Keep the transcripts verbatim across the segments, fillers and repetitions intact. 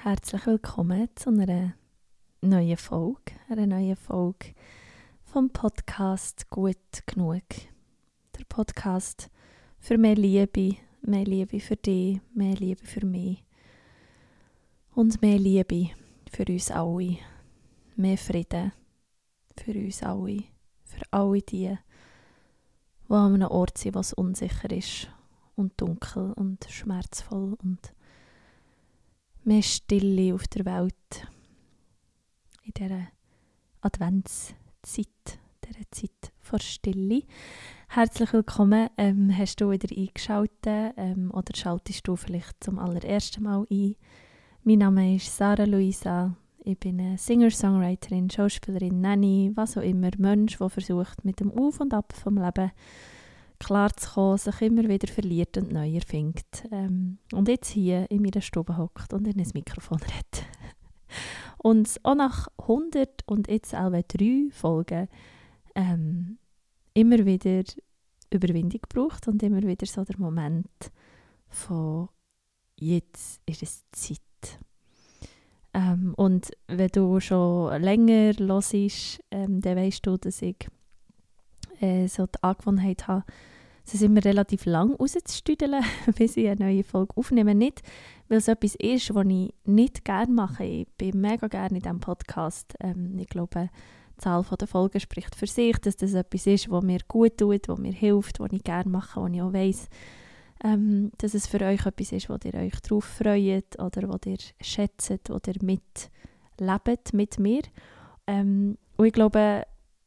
Herzlich willkommen zu einer neuen Folge, einer neuen Folge vom Podcast «Gut genug». Der Podcast für mehr Liebe, mehr Liebe für dich, mehr Liebe für mich und mehr Liebe für uns alle, mehr Frieden für uns alle, für alle die, die an einem Ort sind, was unsicher ist und dunkel und schmerzvoll und mehr Stille auf der Welt in dieser Adventszeit, dieser Zeit vor Stille. Herzlich willkommen, ähm, hast du wieder eingeschaltet ähm, oder schaltest du vielleicht zum allerersten Mal ein. Mein Name ist Sarah Luisa, ich bin eine Singer-Songwriterin, Schauspielerin, Nanny, was auch immer, Mensch, der versucht mit dem Auf und Ab vom Leben klarzukommen, sich immer wieder verliert und neu erfindet. Ähm, und jetzt hier in meiner Stube hockt und in ein Mikrofon redet. Und auch nach hundert und jetzt auch drei Folgen ähm, immer wieder Überwindung braucht und immer wieder so der Moment von jetzt ist es Zeit. Ähm, und wenn du schon länger hörst, ähm, dann weisst du, dass ich äh, so die Angewohnheit habe, es ist immer relativ lang rauszustüdeln, bis ich eine neue Folge aufnehme. Nicht, weil es etwas ist, was ich nicht gerne mache. Ich bin mega gerne in diesem Podcast. Ähm, ich glaube, die Zahl der Folgen spricht für sich, dass das etwas ist, was mir gut tut, was mir hilft, was ich gerne mache, was ich auch weiss, ähm, dass es für euch etwas ist, wo ihr euch darauf freut oder wo ihr schätzt, wo ihr mitlebt mit mir. Ähm, und ich glaube,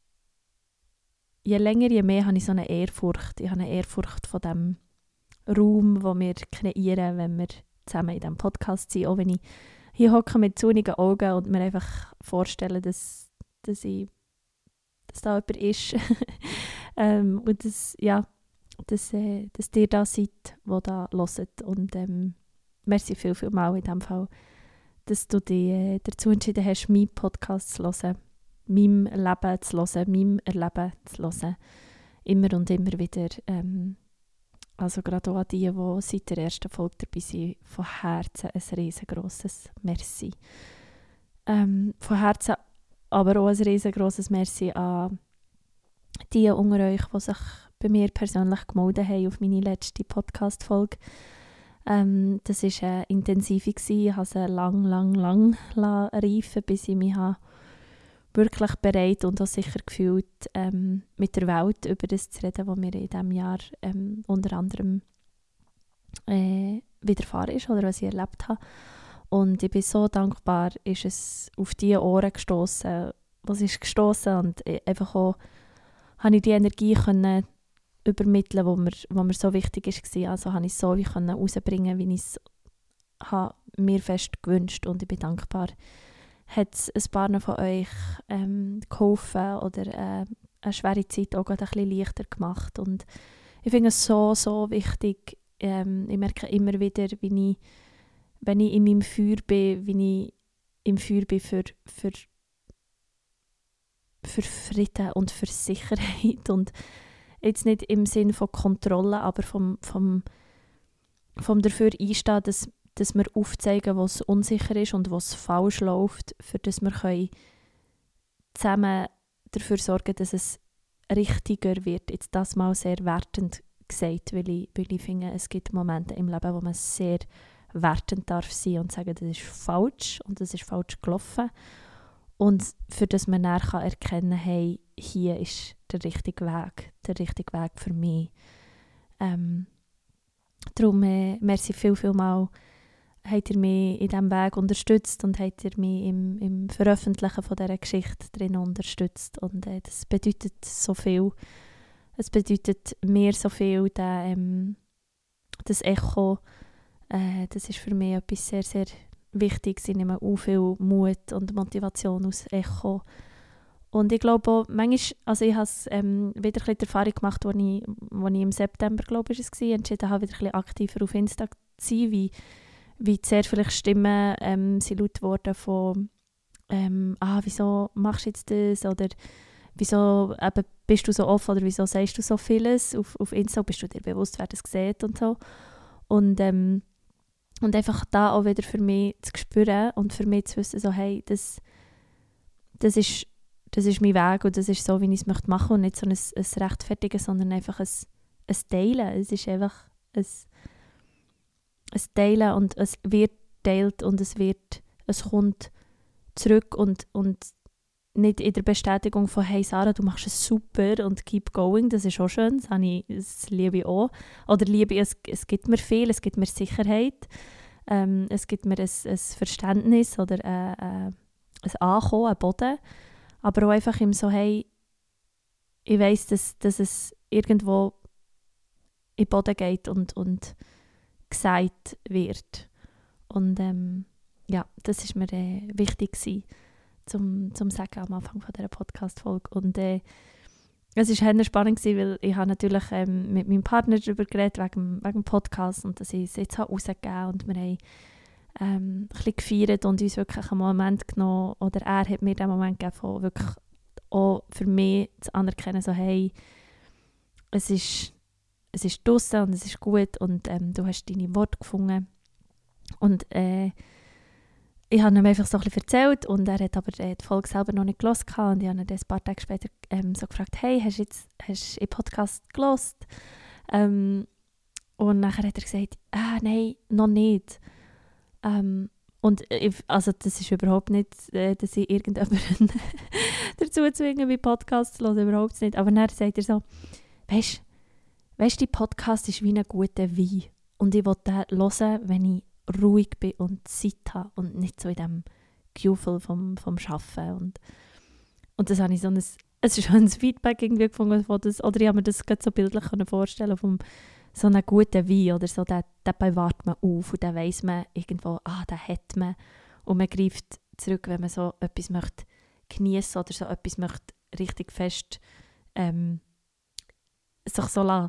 je länger, je mehr habe ich so eine Ehrfurcht. Ich habe eine Ehrfurcht von dem Raum, den wir kreieren, wenn wir zusammen in diesem Podcast sind. Auch wenn ich hier hocke mit sonnigen Augen und mir einfach vorstelle, dass, dass, ich, dass da jemand ist. ähm, und dass, ja, dass, äh, dass ihr da seid, die da hört. Und ähm, merci viel, viel mal in diesem Fall, dass du dich äh, dazu entschieden hast, meinen Podcast zu hören. Meinem Leben zu hören, meinem Erleben zu hören. Immer und immer wieder. Ähm, also gerade auch an die, die seit der ersten Folge dabei sind, von Herzen ein riesengroßes Merci. Ähm, von Herzen aber auch ein riesengroßes Merci an die unter euch, die sich bei mir persönlich gemeldet haben auf meine letzte Podcast-Folge. Ähm, das war eine intensive. Ich habe sie lang, lang, lang reifen, bis ich mich habe wirklich bereit und auch sicher gefühlt, ähm, mit der Welt über das zu reden, was mir in diesem Jahr ähm, unter anderem äh, widerfahren ist oder was ich erlebt habe. Und ich bin so dankbar, ist es auf diese Ohren gestoßen, was ist gestoßen und einfach auch habe ich die Energie können übermitteln, wo mir, wo mir so wichtig war. Also habe ich es so wie können rausbringen, wie ich es mir fest gewünscht und ich bin dankbar, hat es ein paar von euch ähm, geholfen oder äh, eine schwere Zeit auch gerade ein bisschen leichter gemacht. Und ich finde es so, so wichtig. Ähm, ich merke immer wieder, wie ich, wenn ich in meinem Feuer bin, wie ich im Feuer bin für, für, für Frieden und für Sicherheit. Und jetzt nicht im Sinn von Kontrolle, aber vom, vom, vom dafür einstehen, dass dass wir aufzeigen, was unsicher ist und was falsch läuft, für das wir können zusammen dafür sorgen, dass es richtiger wird. Jetzt das mal sehr wertend gesagt, weil ich, weil ich finde, es gibt Momente im Leben, wo man sehr wertend darf sein und sagen, das ist falsch und das ist falsch gelaufen. Und für das man dann kann erkennen kann, hey, hier ist der richtige Weg, der richtige Weg für mich. Ähm, darum, äh, merci viel, viel mal, habt ihr mich in diesem Weg unterstützt und habt ihr mich im, im Veröffentlichen von dieser Geschichte drin unterstützt. Und äh, das bedeutet so viel. Es bedeutet mir so viel, der, ähm, das Echo. Äh, das ist für mich etwas sehr, sehr Wichtiges. Ich nehme auch viel Mut und Motivation aus Echo. Und ich glaube auch, manchmal, also ich habe ähm, wieder ein bisschen die Erfahrung gemacht, als ich, als ich im September, glaube ich, war, entschieden habe, wieder ein bisschen aktiver auf Insta zu sein, wie wie sehr vielleicht Stimmen ähm, sind laut geworden von ähm, «Ah, wieso machst du jetzt das?» oder «Wieso eben, bist du so offen?» oder «Wieso sagst du so vieles auf, auf Insta?» «Bist du dir bewusst, wer das sieht?» und so. Und ähm, Und einfach da auch wieder für mich zu spüren und für mich zu wissen, so, hey, das, das, ist, das ist mein Weg und das ist so, wie ich es möchte machen und nicht so ein, ein Rechtfertigen, sondern einfach ein, ein Teilen. Es ist einfach ein, ein Teilen und es wird teilt und es wird, es kommt zurück und, und nicht in der Bestätigung von «Hey Sarah, du machst es super und keep going», das ist auch schön, das, habe ich, das liebe ich auch. Oder liebe ich, es, es gibt mir viel, es gibt mir Sicherheit, ähm, es gibt mir ein, ein Verständnis oder äh, äh, ein Ankommen, ein Boden. Aber auch einfach im so «Hey, ich weiss, dass, dass es irgendwo in den Boden geht und, und gesagt wird». Und ähm, ja, das ist mir äh, wichtig gewesen, zum, zum sagen am Anfang von dieser Podcast-Folge. Und äh, es war sehr spannend gewesen, weil ich habe natürlich ähm, mit meinem Partner darüber geredet, wegen, wegen dem Podcast und dass ich es jetzt rausgegeben und wir haben ähm, ein bisschen gefeiert und uns wirklich einen Moment genommen, oder er hat mir den Moment gegeben, von wirklich auch für mich zu anerkennen, so hey, es ist, es ist draussen und es ist gut und ähm, du hast deine Worte gefunden. Und äh, ich habe ihm einfach so ein bisschen erzählt und er hat aber äh, die Folge selber noch nicht gehört und ich habe ihn dann ein paar Tage später ähm, so gefragt, hey, hast du jetzt hast du den Podcast gehört? Ähm, und nachher hat er gesagt, ah, nein, noch nicht. Ähm, und ich, also das ist überhaupt nicht, äh, dass ich irgendjemanden dazu zwinge, meinen Podcast zu hören, überhaupt nicht. Aber dann sagt er so, weisst du, dein Podcast ist wie ein guter Wein und ich will den hören, wenn ich ruhig bin und Zeit habe und nicht so in diesem Gefühl vom, vom Arbeiten. Und, und das habe ich so ein, ein schönes Feedback irgendwie gefunden, von das, oder ich habe mir das so bildlich vorstellen vom so einen guten Wein oder so, den, den bewahrt man auf und dann weiss man irgendwo, ah, den hat man und man greift zurück, wenn man so etwas möchte geniessen oder so etwas möchte richtig fest ähm, sich so lassen,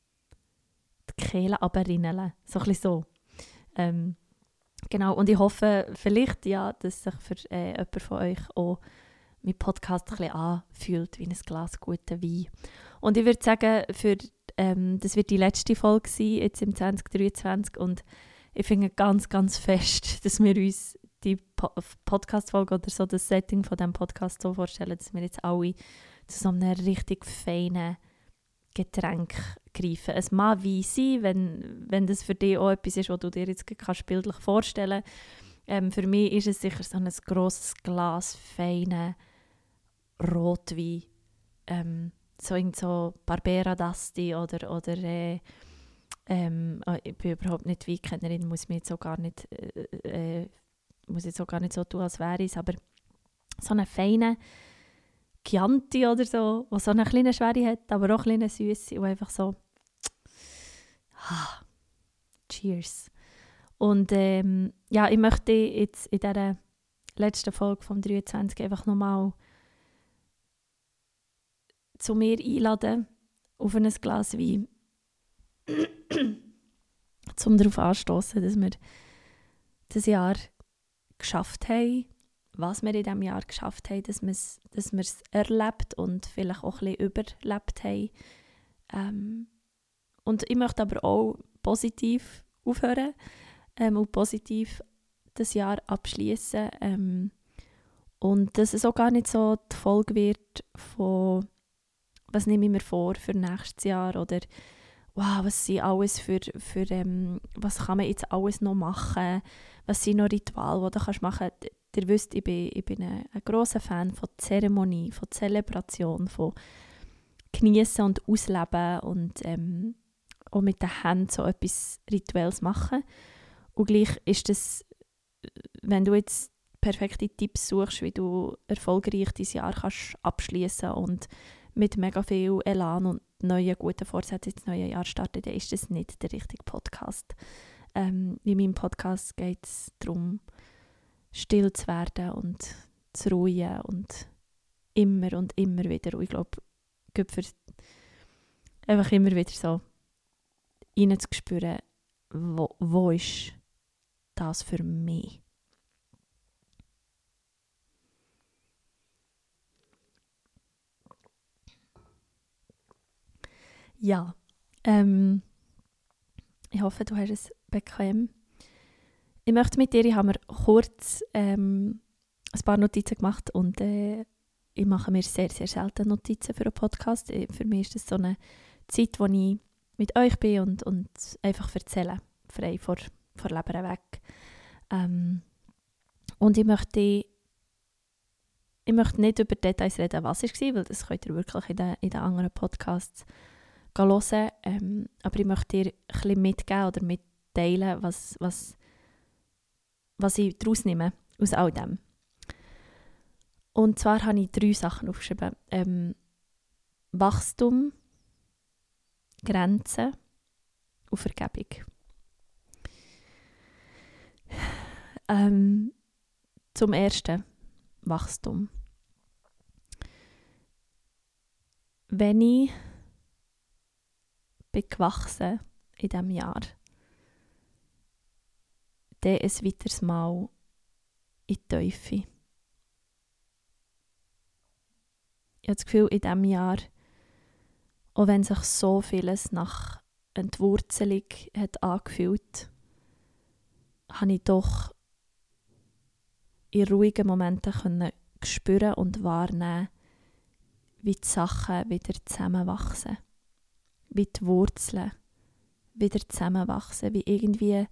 die Kehle runterrinneln, so ein bisschen so. Ähm, genau, und ich hoffe vielleicht, ja, dass sich für äh, jemand von euch auch mein Podcast ein bisschen anfühlt wie ein Glas guter Wein. Und ich würde sagen, für, ähm, das wird die letzte Folge sein, jetzt im zwanzig dreiundzwanzig und ich finde ganz, ganz fest, dass wir uns die po- Podcast-Folge oder so das Setting von diesem Podcast so vorstellen, dass wir jetzt alle zu so einem richtig feinen Getränk greifen. Es mag Wein sein, wenn, wenn das für dich auch etwas ist, was du dir jetzt kannst bildlich vorstellen kannst. Ähm, für mich ist es sicher so ein grosses Glas feinen Rotwein. Ähm, so irgend so Barbera d'Asti oder, oder äh, ähm, oh, ich bin überhaupt nicht Weinkennerin, muss mir jetzt so gar nicht äh, äh, muss jetzt auch gar nicht so tun, als wäre es, aber so einen feinen Chianti oder so, der so eine kleine Schwere hat, aber auch eine kleine Süße und einfach so ah, cheers. Und ähm, ja, ich möchte jetzt in dieser letzten Folge vom dreiundzwanzig einfach nochmal zu mir einladen auf ein Glas Wein, um darauf anzustossen, dass wir das Jahr geschafft haben, was wir in diesem Jahr geschafft haben, dass wir es dass wir's erlebt und vielleicht auch ein bisschen überlebt haben. Ähm, und ich möchte aber auch positiv aufhören ähm, und positiv das Jahr abschließen. Ähm, und dass es auch gar nicht so die Folge wird von «Was nehme ich mir vor für nächstes Jahr?» oder «Wow, was sind alles für, für ähm, was kann man jetzt alles noch machen? Was sind noch Rituale, die du kannst machen kannst?» Ihr wisst, ich bin, ich bin ein, ein grosser Fan von Zeremonie, von Zelebration, von Geniessen und Ausleben und ähm, auch mit den Händen so etwas Rituelles machen. Und gleich ist das, wenn du jetzt perfekte Tipps suchst, wie du erfolgreich dein Jahr kannst abschließen und mit mega viel Elan und neuen guten Vorsätzen ins neue Jahr starten, dann ist das nicht der richtige Podcast. Ähm, in meinem Podcast geht es darum, still zu werden und zu ruhen und immer und immer wieder. Und ich glaube, für einfach immer wieder so reinzuspüren, wo, wo ist das für mich? Ja, ähm, ich hoffe, du hast es bequem. ich möchte mit dir, ich habe mir kurz ähm, ein paar Notizen gemacht und äh, ich mache mir sehr, sehr selten Notizen für einen Podcast. Für mich ist das so eine Zeit, wo ich mit euch bin und, und einfach erzähle, frei vor, vor Leber weg. Ähm, und ich möchte, ich möchte nicht über Details reden, was es war, weil das könnt ihr wirklich in den, in den anderen Podcasts hören. Ähm, aber ich möchte dir ein bisschen mitgeben oder mitteilen, was, was, was ich daraus nehme aus all dem. Und zwar habe ich drei Sachen aufgeschrieben. Ähm, Wachstum, Grenzen und Vergebung. Ähm, zum Ersten, Wachstum. Wenn ich bin gewachsen in diesem Jahr, dann ein weiteres Mal in die Teufel. Ich habe das Gefühl, in diesem Jahr, auch wenn sich so vieles nach Entwurzelung hat angefühlt, habe ich doch in ruhigen Momenten können spüren und wahrnehmen, wie die Sachen wieder zusammenwachsen. Wie die Wurzeln wieder zusammenwachsen. Wie irgendwie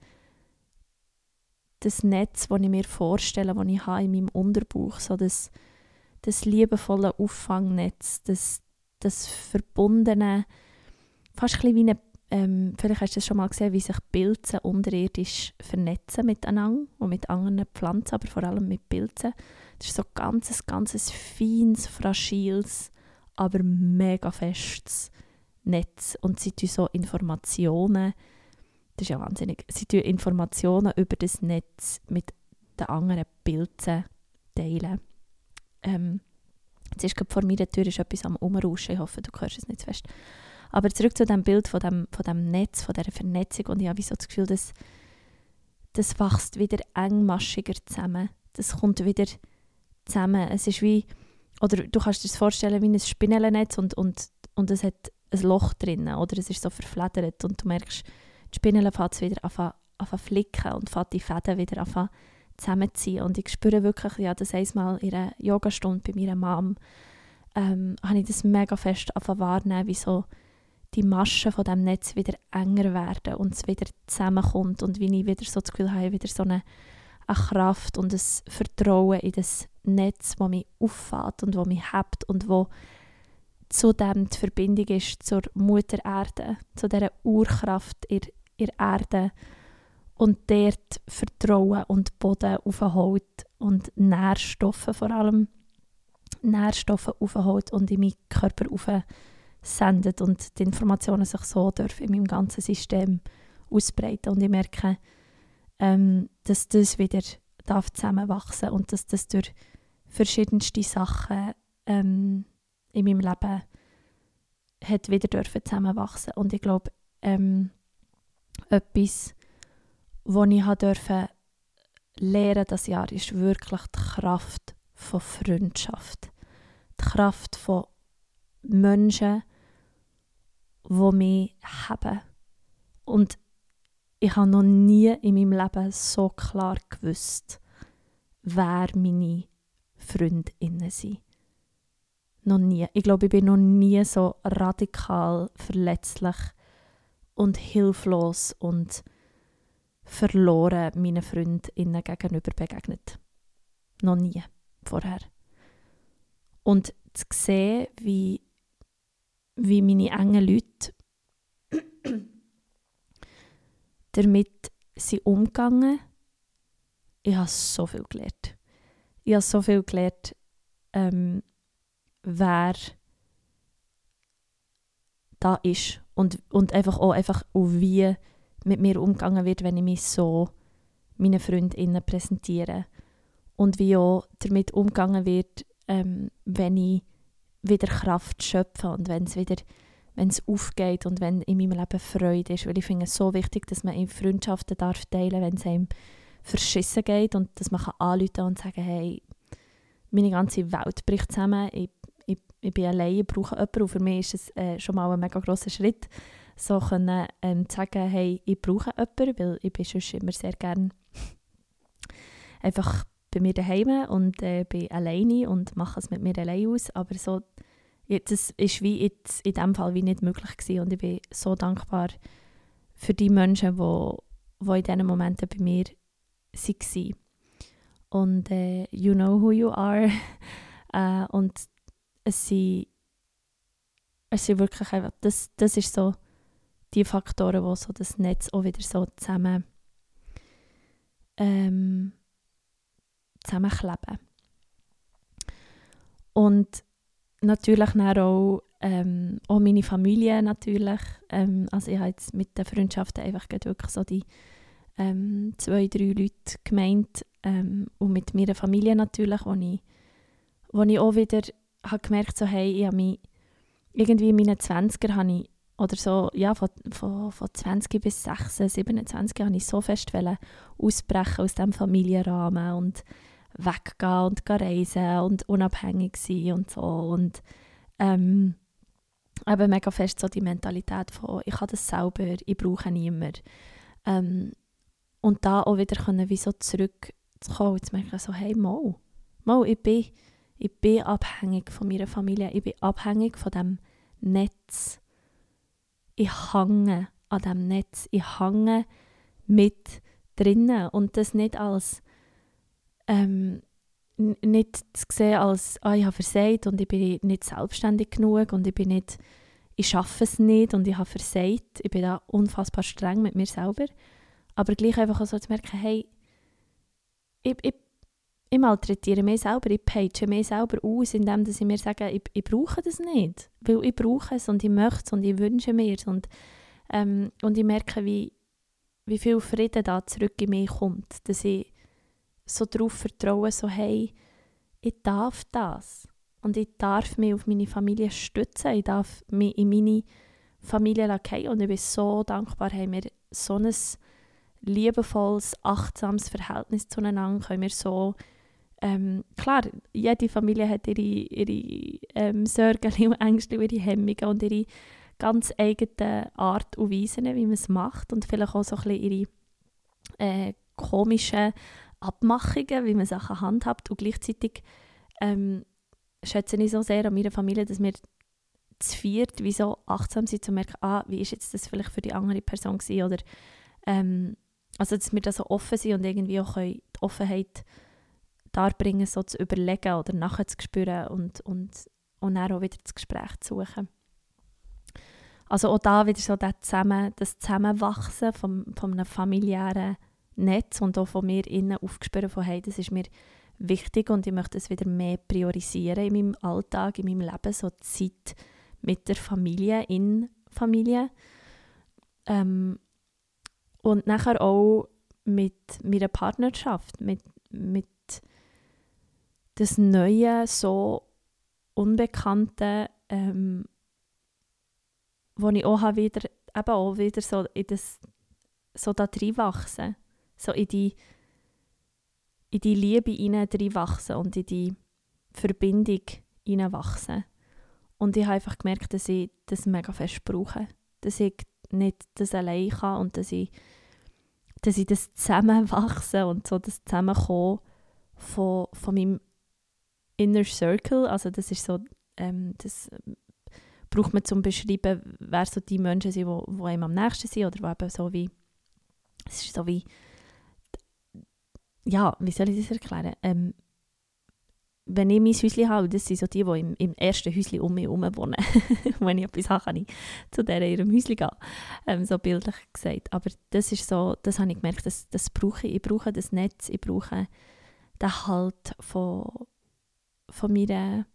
das Netz, das ich mir vorstelle, das ich habe in meinem Unterbauch, so das, das liebevolle Auffangnetz, das, das verbundene, fast ein bisschen wie eine, ähm, vielleicht hast du das schon mal gesehen, wie sich Pilze unterirdisch vernetzen miteinander und mit anderen Pflanzen, aber vor allem mit Pilzen. Das ist so ganz, ein ganz feines, fragiles, aber mega festes Netz. Und sie tun so Informationen, das ist ja wahnsinnig, sie tun Informationen über das Netz mit den anderen Pilzen teilen. Ähm, jetzt ist gerade vor meiner Tür ist etwas am Umrauschen, ich hoffe, du hörst es nicht zu fest. Aber zurück zu dem Bild von dem, von dem Netz, von dieser Vernetzung, und ich habe so das Gefühl, dass das wächst wieder engmaschiger zusammen. Das kommt wieder zusammen. Es ist wie, oder du kannst dir das vorstellen wie ein Spinnennetz und, und, und es hat ein Loch drin, oder es ist so verfledert und du merkst, die Spinne fängt wieder an zu flicken und fängt die Fäden wieder an zusammenziehen. Und ich spüre wirklich, ja, das einmal in einer Yogastunde bei meiner Mom, ähm, habe ich das mega fest angefangen wahrnehmen, wie so die Maschen von diesem Netz wieder enger werden und es wieder zusammenkommt und wie ich wieder so das Gefühl habe, wieder so eine, eine Kraft und ein Vertrauen in das Netz, das mich auffällt und das mich hebt und wo zudem die Verbindung ist zur Mutter Erde, zu dieser Urkraft in der Erde und dort Vertrauen und Boden aufholt und Nährstoffe vor allem, Nährstoffe aufholt und in meinen Körper aufsendet und die Informationen sich so dürfen in meinem ganzen System ausbreiten. Und ich merke, ähm, dass das wieder darf zusammenwachsen und dass das durch verschiedenste Sachen ähm, in meinem Leben hat wieder dürfen zusammenwachsen. Und ich glaube, ähm, etwas, was ich durfte lernen das Jahr, ist wirklich die Kraft von Freundschaft. Die Kraft von Menschen, die mich haben. Und ich habe noch nie in meinem Leben so klar gewusst, wer meine Freundinnen sind. Noch nie. Ich glaube, ich bin noch nie so radikal verletzlich und hilflos und verloren meinen Freundinnen gegenüber begegnet. Noch nie vorher. Und zu sehen, wie, wie meine engen Leute damit sind umgegangen, ich habe so viel gelernt. Ich habe so viel gelernt, ähm, wer da ist und, und einfach auch einfach, wie mit mir umgegangen wird, wenn ich mich so meinen FreundInnen präsentiere. Und wie auch damit umgegangen wird, ähm, wenn ich wieder Kraft schöpfe und wenn es wieder wenn es aufgeht und wenn in meinem Leben Freude ist. Weil ich finde es so wichtig, dass man in Freundschaften darf teilen, wenn es einem verschissen geht und dass man kann anrufen und sagen, hey, meine ganze Welt bricht zusammen, ich, ich, ich bin allein, ich brauche jemanden. Und für mich ist es äh, schon mal ein mega grosser Schritt, so können, ähm, zu sagen, hey, ich brauche jemanden, weil ich bin sonst immer sehr gerne einfach bei mir daheim und äh, bin alleine und mache es mit mir allein aus. Aber so, das ist wie jetzt in diesem Fall wie nicht möglich gewesen. Und ich bin so dankbar für die Menschen, die, die in diesen Momenten bei mir waren. Und äh, you know who you are. äh, und es sind, es sind wirklich einfach, das, das ist so die Faktoren, die so das Netz auch wieder so zusammen ähm, zusammenkleben. Und natürlich dann auch, ähm, auch meine Familie natürlich. Ähm, also ich habe jetzt mit den Freundschaften einfach wirklich so die ähm, zwei, drei Leute gemeint. Ähm, und mit meiner Familie natürlich, wo ich, wo ich auch wieder habe gemerkt habe, so, hey, ich habe mich irgendwie in meinen zwanziger habe ich, oder so, ja, von, von, von zwanzig bis sechsundzwanzig, siebenundzwanzig habe ich so fest ausbrechen aus diesem Familienrahmen und weggehen und gehen reisen und unabhängig sein und so. Und ähm, eben mega fest so die Mentalität von, ich kann das selber, ich brauche niemanden. Ähm, und da auch wieder können, wie so zurückzukommen und zu merken, so, hey, mal, mal, ich bin, ich bin abhängig von meiner Familie, ich bin abhängig von diesem Netz. Ich hänge an diesem Netz, ich hänge mit drinnen und das nicht als ähm, n- nicht zu sehen als ah, ich habe versagt und ich bin nicht selbstständig genug und ich bin nicht, ich schaffe es nicht und ich habe versagt. Ich bin da unfassbar streng mit mir selber. Aber gleich einfach so zu merken, hey, ich, ich, ich malträtiere mich selber, ich peitsche mich selber aus, indem ich mir sage, ich, ich brauche das nicht. Weil ich brauche es und ich möchte es und ich wünsche mir es. Und, ähm, und ich merke, wie, wie viel Frieden da zurück in mich kommt. Dass ich so darauf vertraue, so hey, ich darf das. Und ich darf mich auf meine Familie stützen, ich darf mich in meine Familie lassen. Und ich bin so dankbar, haben wir so ein liebevolles, achtsames Verhältnis zueinander, können wir so, ähm, klar, jede Familie hat ihre, ihre ähm, Sorgen und Ängste, ihre Hemmungen und ihre ganz eigene Art und Weise, wie man es macht und vielleicht auch so ein bisschen ihre äh, komischen Abmachungen, wie man Sachen handhabt und gleichzeitig ähm, schätze ich so sehr an meiner Familie, dass wir zu viert wie so achtsam sind, zu merken, ah, wie ist jetzt das vielleicht für die andere Person gewesen, oder ähm, also dass wir da so offen sind und irgendwie auch die Offenheit darbringen, so zu überlegen oder nachher zu spüren und, und, und dann auch wieder das Gespräch zu suchen. Also auch da wieder so das, Zusammen, das Zusammenwachsen von, von einem familiären Netz und auch von mir innen aufgespürt von, hey, das ist mir wichtig und ich möchte es wieder mehr priorisieren in meinem Alltag, in meinem Leben, so Zeit mit der Familie, in Familie. Ähm, und nachher auch mit meiner Partnerschaft, mit, mit das Neue, so Unbekannte, ähm, wo ich auch wieder, eben auch wieder so in das, so da reinwachsen, so in die, in die Liebe reinwachsen und in die Verbindung reinwachsen. Und ich habe einfach gemerkt, dass ich das mega fest brauche, dass ich nicht das allein kann und dass ich, dass ich das Zusammenwachsen und so das Zusammenkommen von, von meinem Inner Circle, also das ist so, ähm, das braucht man zum Beschreiben, wer so die Menschen sind, die, die einem am nächsten sind oder wo eben so wie, es ist so wie, ja, wie soll ich das erklären? Ähm, wenn ich mein Häuschen habe, das sind so die, die im, im ersten Häuschen um mich herum wohnen. Wenn ich etwas habe, kann ich zu denen in ihrem Häuschen gehen. Ähm, so bildlich gesagt. Aber das ist so, das habe ich gemerkt, das, das brauche ich. Ich brauche das Netz, ich brauche den Halt von, von meiner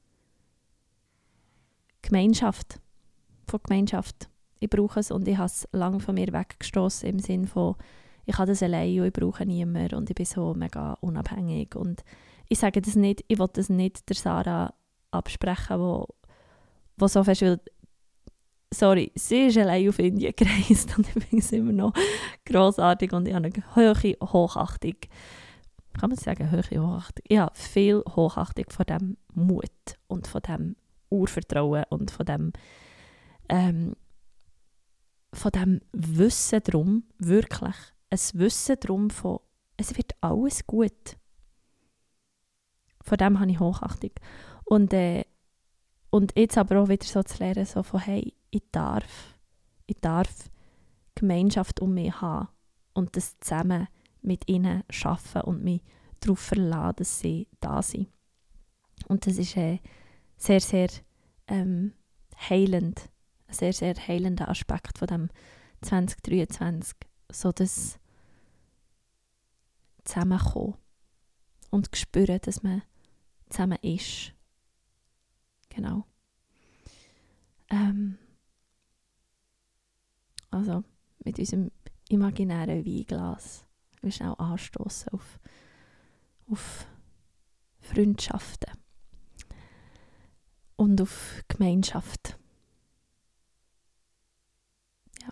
Gemeinschaft. Von Gemeinschaft. Ich brauche es und ich habe es lange von mir weggestoßen im Sinne von, ich habe das allein und ich brauche niemanden und ich bin so mega unabhängig. Und ich sage das nicht, ich will das nicht der Sarah absprechen, wo, wo so fest will, sorry, sie ist allein auf Indien gereist und ich finde es immer noch grossartig und ich habe eine hohe Hochachtung. Kann man sagen, hohe Hochachtung? Ich habe viel Hochachtung von dem Mut und von dem Urvertrauen und von dem ähm, von dem Wissen darum, wirklich ein Wissen darum von es wird alles gut. Von dem habe ich Hochachtung. Und, äh, und jetzt aber auch wieder so zu lernen, so von, hey, ich darf, ich darf Gemeinschaft um mich haben und das zusammen mit ihnen arbeiten und mich darauf verlassen, dass sie da sind. Und das ist äh, sehr, sehr ähm, heilend, ein sehr, sehr heilender Aspekt von dem zwanzig dreiundzwanzig, so das Zusammenkommen und spüren, dass man zusammen ist. Genau. Ähm, also mit unserem imaginären Weinglas. Wir schnell anstoßen auf, auf Freundschaften und auf Gemeinschaft. Ja.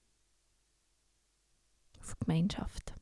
Auf Gemeinschaft.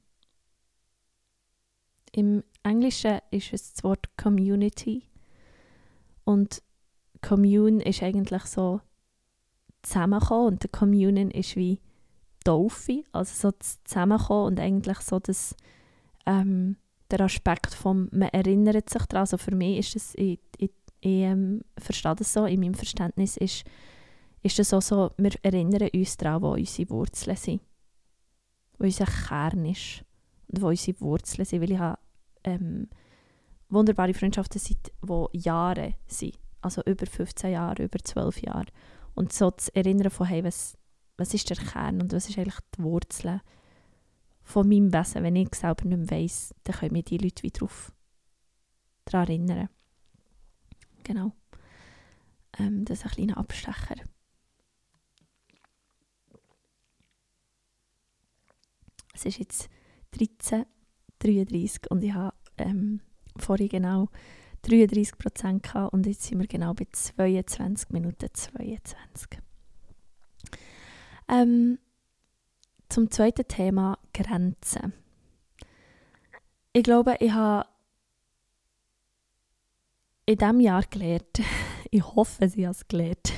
Im Englischen ist es das Wort Community und Commune ist eigentlich so zusammenkommen und der Communion ist wie Taufe, also so das Zusammenkommen und eigentlich so das, ähm, der Aspekt von, man erinnert sich daran, also für mich ist das, ich, ich, ich ähm, verstehe das so, in meinem Verständnis ist, ist das auch so, wir erinnern uns daran, wo unsere Wurzeln sind, wo unser Kern ist und wo unsere Wurzeln sind, weil ich habe ähm, wunderbare Freundschaften seit, die Jahre sind, also über fünfzehn Jahre, über zwölf Jahre. Und so zu erinnern von, hey, was, was ist der Kern und was ist eigentlich die Wurzel von meinem Wesen. Wenn ich selber nicht mehr weiss, dann können mich die Leute wieder darauf daran erinnern. Genau. Ähm, das ist ein kleiner Abstecher. Es ist jetzt dreizehn Uhr dreiunddreißig und ich habe ähm, vorhin genau dreiunddreißig Prozent gehabt und jetzt sind wir genau bei zweiundzwanzig Minuten zweiundzwanzig. Ähm, zum zweiten Thema Grenzen. Ich glaube, ich habe in diesem Jahr gelernt, ich hoffe, sie habe es gelernt,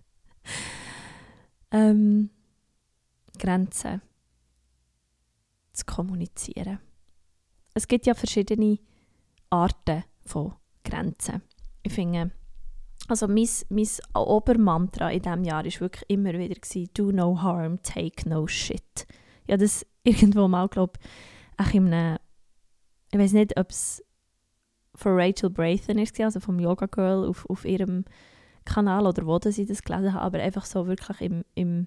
ähm, Grenzen zu kommunizieren. Es gibt ja verschiedene Arten von Grenzen. Ich finde, also mein, mein Obermantra in diesem Jahr war wirklich immer wieder gewesen, do no harm, take no shit. Ja, das irgendwo mal, glaube ich, in einem, ich weiß nicht, ob es von Rachel Brathen ist, also vom Yoga Girl auf, auf ihrem Kanal oder wo sie das gelesen habe, aber einfach so wirklich im, im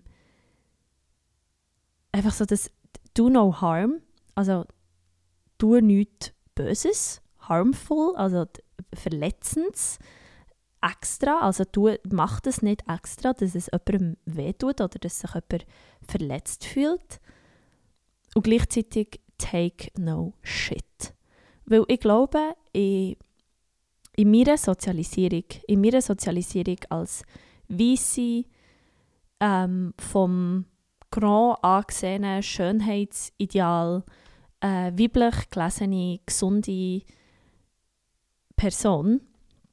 einfach so das do no harm, also tu nichts Böses, harmful, also verletzend, extra, also tu, mach das nicht extra, dass es jemandem wehtut oder dass sich jemand verletzt fühlt. Und gleichzeitig take no shit. Weil ich glaube, in, in meiner Sozialisierung, in meiner Sozialisierung als weisse, ähm, vom grand angesehenen Schönheitsideal, äh, weiblich gelesene, gesunde Person,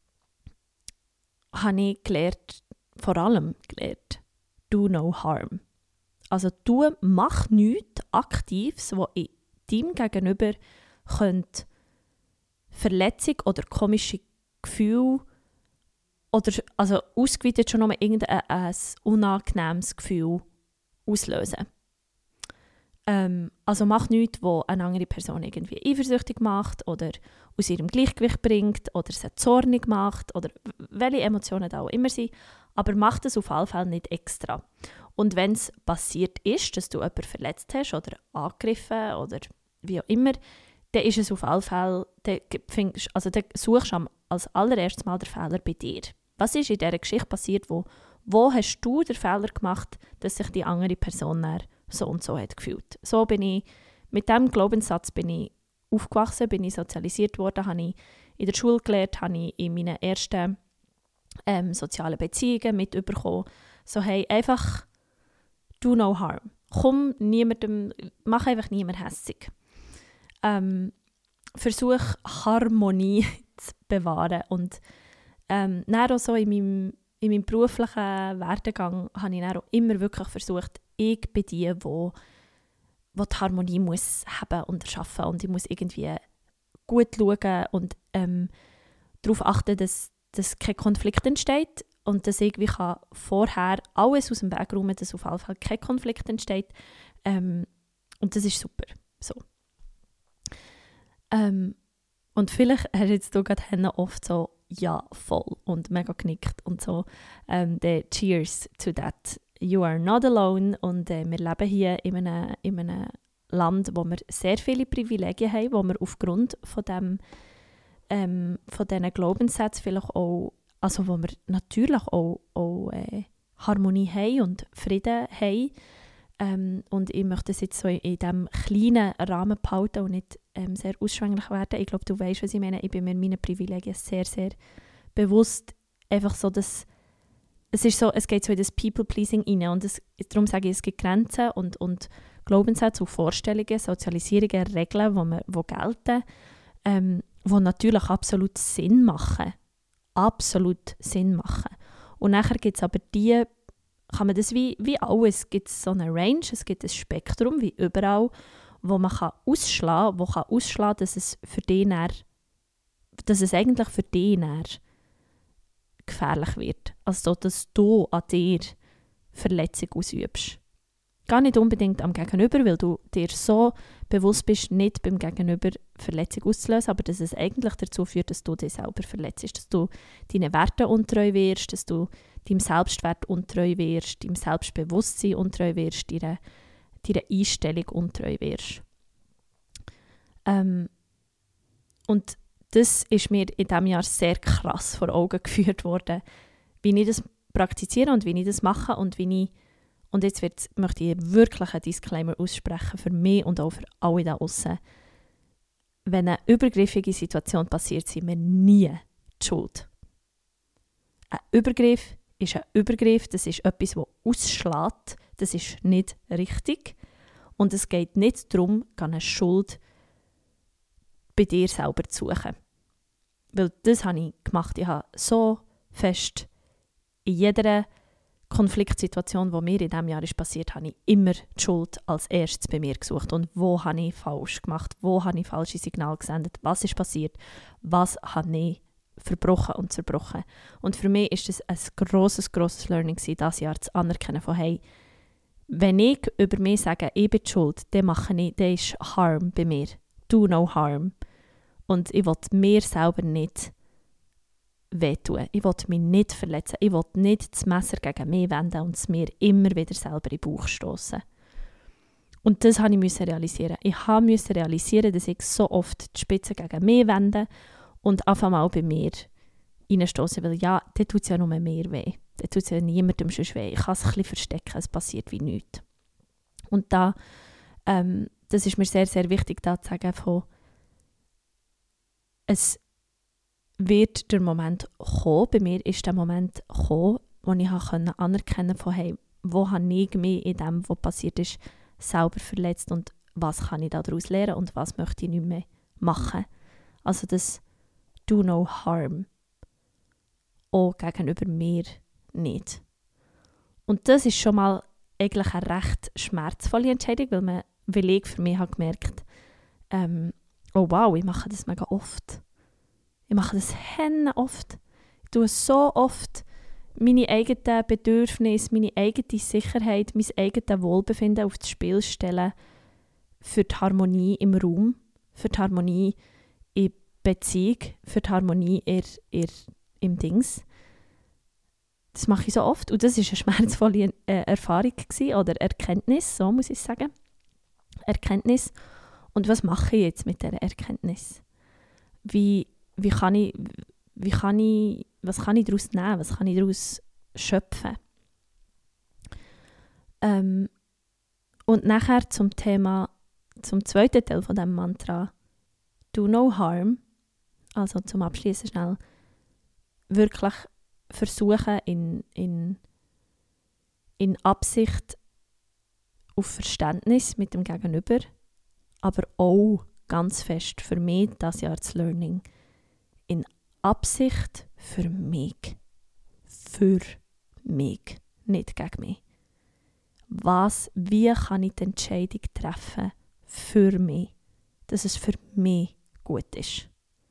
habe ich gelernt, vor allem gelernt, do no harm. Also du mach nichts Aktives, was in deinem Gegenüber könnte Verletzung oder komische Gefühle oder also ausgeweitet schon noch irgendein ein unangenehmes Gefühl auslösen. Ähm, also mach nichts, was eine andere Person irgendwie eifersüchtig macht oder aus ihrem Gleichgewicht bringt oder sie zornig macht oder welche Emotionen da auch immer sind, aber mach das auf jeden Fall nicht extra. Und wenn es passiert ist, dass du jemanden verletzt hast oder angegriffen oder wie auch immer, dann ist es auf jeden Fall, dann, findest, also dann suchst du als allererstes Mal den Fehler bei dir. Was ist in dieser Geschichte passiert, wo, wo hast du den Fehler gemacht, dass sich die andere Person dann so und so hat gefühlt. So bin ich, mit diesem Glaubenssatz bin ich aufgewachsen, bin ich sozialisiert worden, habe ich in der Schule gelernt, habe ich in meinen ersten ähm, sozialen Beziehungen mitbekommen. So, hey, einfach do no harm. Komm niemandem, mach einfach niemand hässig. Ähm, versuch Harmonie zu bewahren und ähm, dann auch so in meinem, in meinem beruflichen Werdegang habe ich dann auch immer wirklich versucht, ich bin die, die wo die Harmonie muss haben und erschaffen und ich muss irgendwie gut schauen und ähm, darauf achten, dass, dass kein Konflikt entsteht und dass ich wie kann vorher alles aus dem Weg räumen, dass auf jeden Fall kein Konflikt entsteht. Ähm, und das ist super. So. Ähm, und vielleicht hast du jetzt gerade oft so «Ja, voll» und mega genickt und so. Ähm, «Cheers to that. You are not alone». Und äh, wir leben hier in einem, in einem Land, wo wir sehr viele Privilegien haben, wo wir aufgrund von dem ähm, von diesen Glaubenssätzen vielleicht auch, also wo wir natürlich auch, auch äh, Harmonie haben und Frieden haben. Ähm, und ich möchte es jetzt so in diesem kleinen Rahmen behalten und nicht ähm, sehr ausschwänglich werden. Ich glaube, du weißt, was ich meine. Ich bin mir meinen Privilegien sehr, sehr bewusst. Einfach so, dass es ist so, es geht so in das People-Pleasing rein. Und es, darum sage ich, es gibt Grenzen und, und Glaubenssätze und Vorstellungen, Sozialisierungen, Regeln, die, wir, die gelten, ähm, die natürlich absolut Sinn machen. Absolut Sinn machen. Und nachher gibt es aber die, kann man das wie, wie alles, gibt es so eine Range, es gibt ein Spektrum, wie überall, wo man kann ausschlagen, wo kann ausschlagen, dass es für dich näher, dass es eigentlich für dich näher gefährlich wird. Also, dass du an dir Verletzung ausübst. Gar nicht unbedingt am Gegenüber, weil du dir so bewusst bist, nicht beim Gegenüber Verletzung auszulösen, aber dass es eigentlich dazu führt, dass du dich selber verletzt, dass du deinen Werten untreu wirst, dass du deinem Selbstwert untreu wirst, deinem Selbstbewusstsein untreu wirst, deiner, deiner Einstellung untreu wirst. Ähm, und das ist mir in diesem Jahr sehr krass vor Augen geführt worden, wie ich das praktiziere und wie ich das mache und wie ich, und jetzt wird, möchte ich wirklich einen Disclaimer aussprechen für mich und auch für alle da draussen. Wenn eine übergriffige Situation passiert, sind wir nie die Schuld. Ein Übergriff ist ein Übergriff, das ist etwas, das ausschlägt, das ist nicht richtig. Und es geht nicht darum, eine Schuld bei dir selber zu suchen. Weil das habe ich gemacht. Ich habe so fest in jeder Konfliktsituation, die mir in diesem Jahr ist passiert, habe ich immer die Schuld als erstes bei mir gesucht. Und wo habe ich falsch gemacht? Wo habe ich falsche Signale gesendet? Was ist passiert? Was habe ich verbrochen und zerbrochen? Und für mich ist es ein grosses, grosses Learning gewesen, dieses Jahr zu anerkennen von, hey, wenn ich über mich sage, ich bin die schuld, dann mache ich, dann ist Harm bei mir. Do no harm. Und ich will mir selber nicht wehtun. Ich will mich nicht verletzen. Ich will nicht das Messer gegen mich wenden und es mir immer wieder selber in den Bauch stossen. Und das musste ich realisieren. Ich musste realisieren, dass ich so oft die Spitze gegen mich wende und einfach mal bei mir reinstossen, weil ja, dann tut es ja nur mehr weh. Dann tut es ja niemandem schon weh. Ich kann es ein bisschen verstecken, es passiert wie nichts. Und da, ähm, das ist mir sehr, sehr wichtig, da zu sagen, von, es wird der Moment kommen, bei mir ist der Moment gekommen, wo ich anerkennen konnte, von, hey, wo habe ich mich in dem, was passiert ist, selber verletzt und was kann ich daraus lernen und was möchte ich nicht mehr machen. Also das do no harm. Auch gegenüber mir nicht. Und das ist schon mal eigentlich eine recht schmerzvolle Entscheidung, weil, man, weil ich für mich habe gemerkt, ähm, oh wow, ich mache das mega oft. Ich mache das henne oft. Ich tue so oft meine eigenen Bedürfnisse, meine eigene Sicherheit, mein eigenes Wohlbefinden aufs Spiel stellen für die Harmonie im Raum, für die Harmonie in Beziehung, für die Harmonie in, in, im Dings. Das mache ich so oft und das war eine schmerzvolle äh, Erfahrung gewesen, oder Erkenntnis, so muss ich sagen. Erkenntnis. Und was mache ich jetzt mit dieser Erkenntnis? Wie Wie kann ich, wie kann ich, was kann ich daraus nehmen? Was kann ich daraus schöpfen? Ähm, und nachher zum Thema, zum zweiten Teil von diesem Mantra, do no harm, also zum Abschließen schnell, wirklich versuchen in, in, in Absicht auf Verständnis mit dem Gegenüber, aber auch ganz fest für mich das Jahr das Learning, in Absicht für mich. Für mich, nicht gegen mich. was, wie kann ich die Entscheidung treffen für mich, dass es für mich gut ist.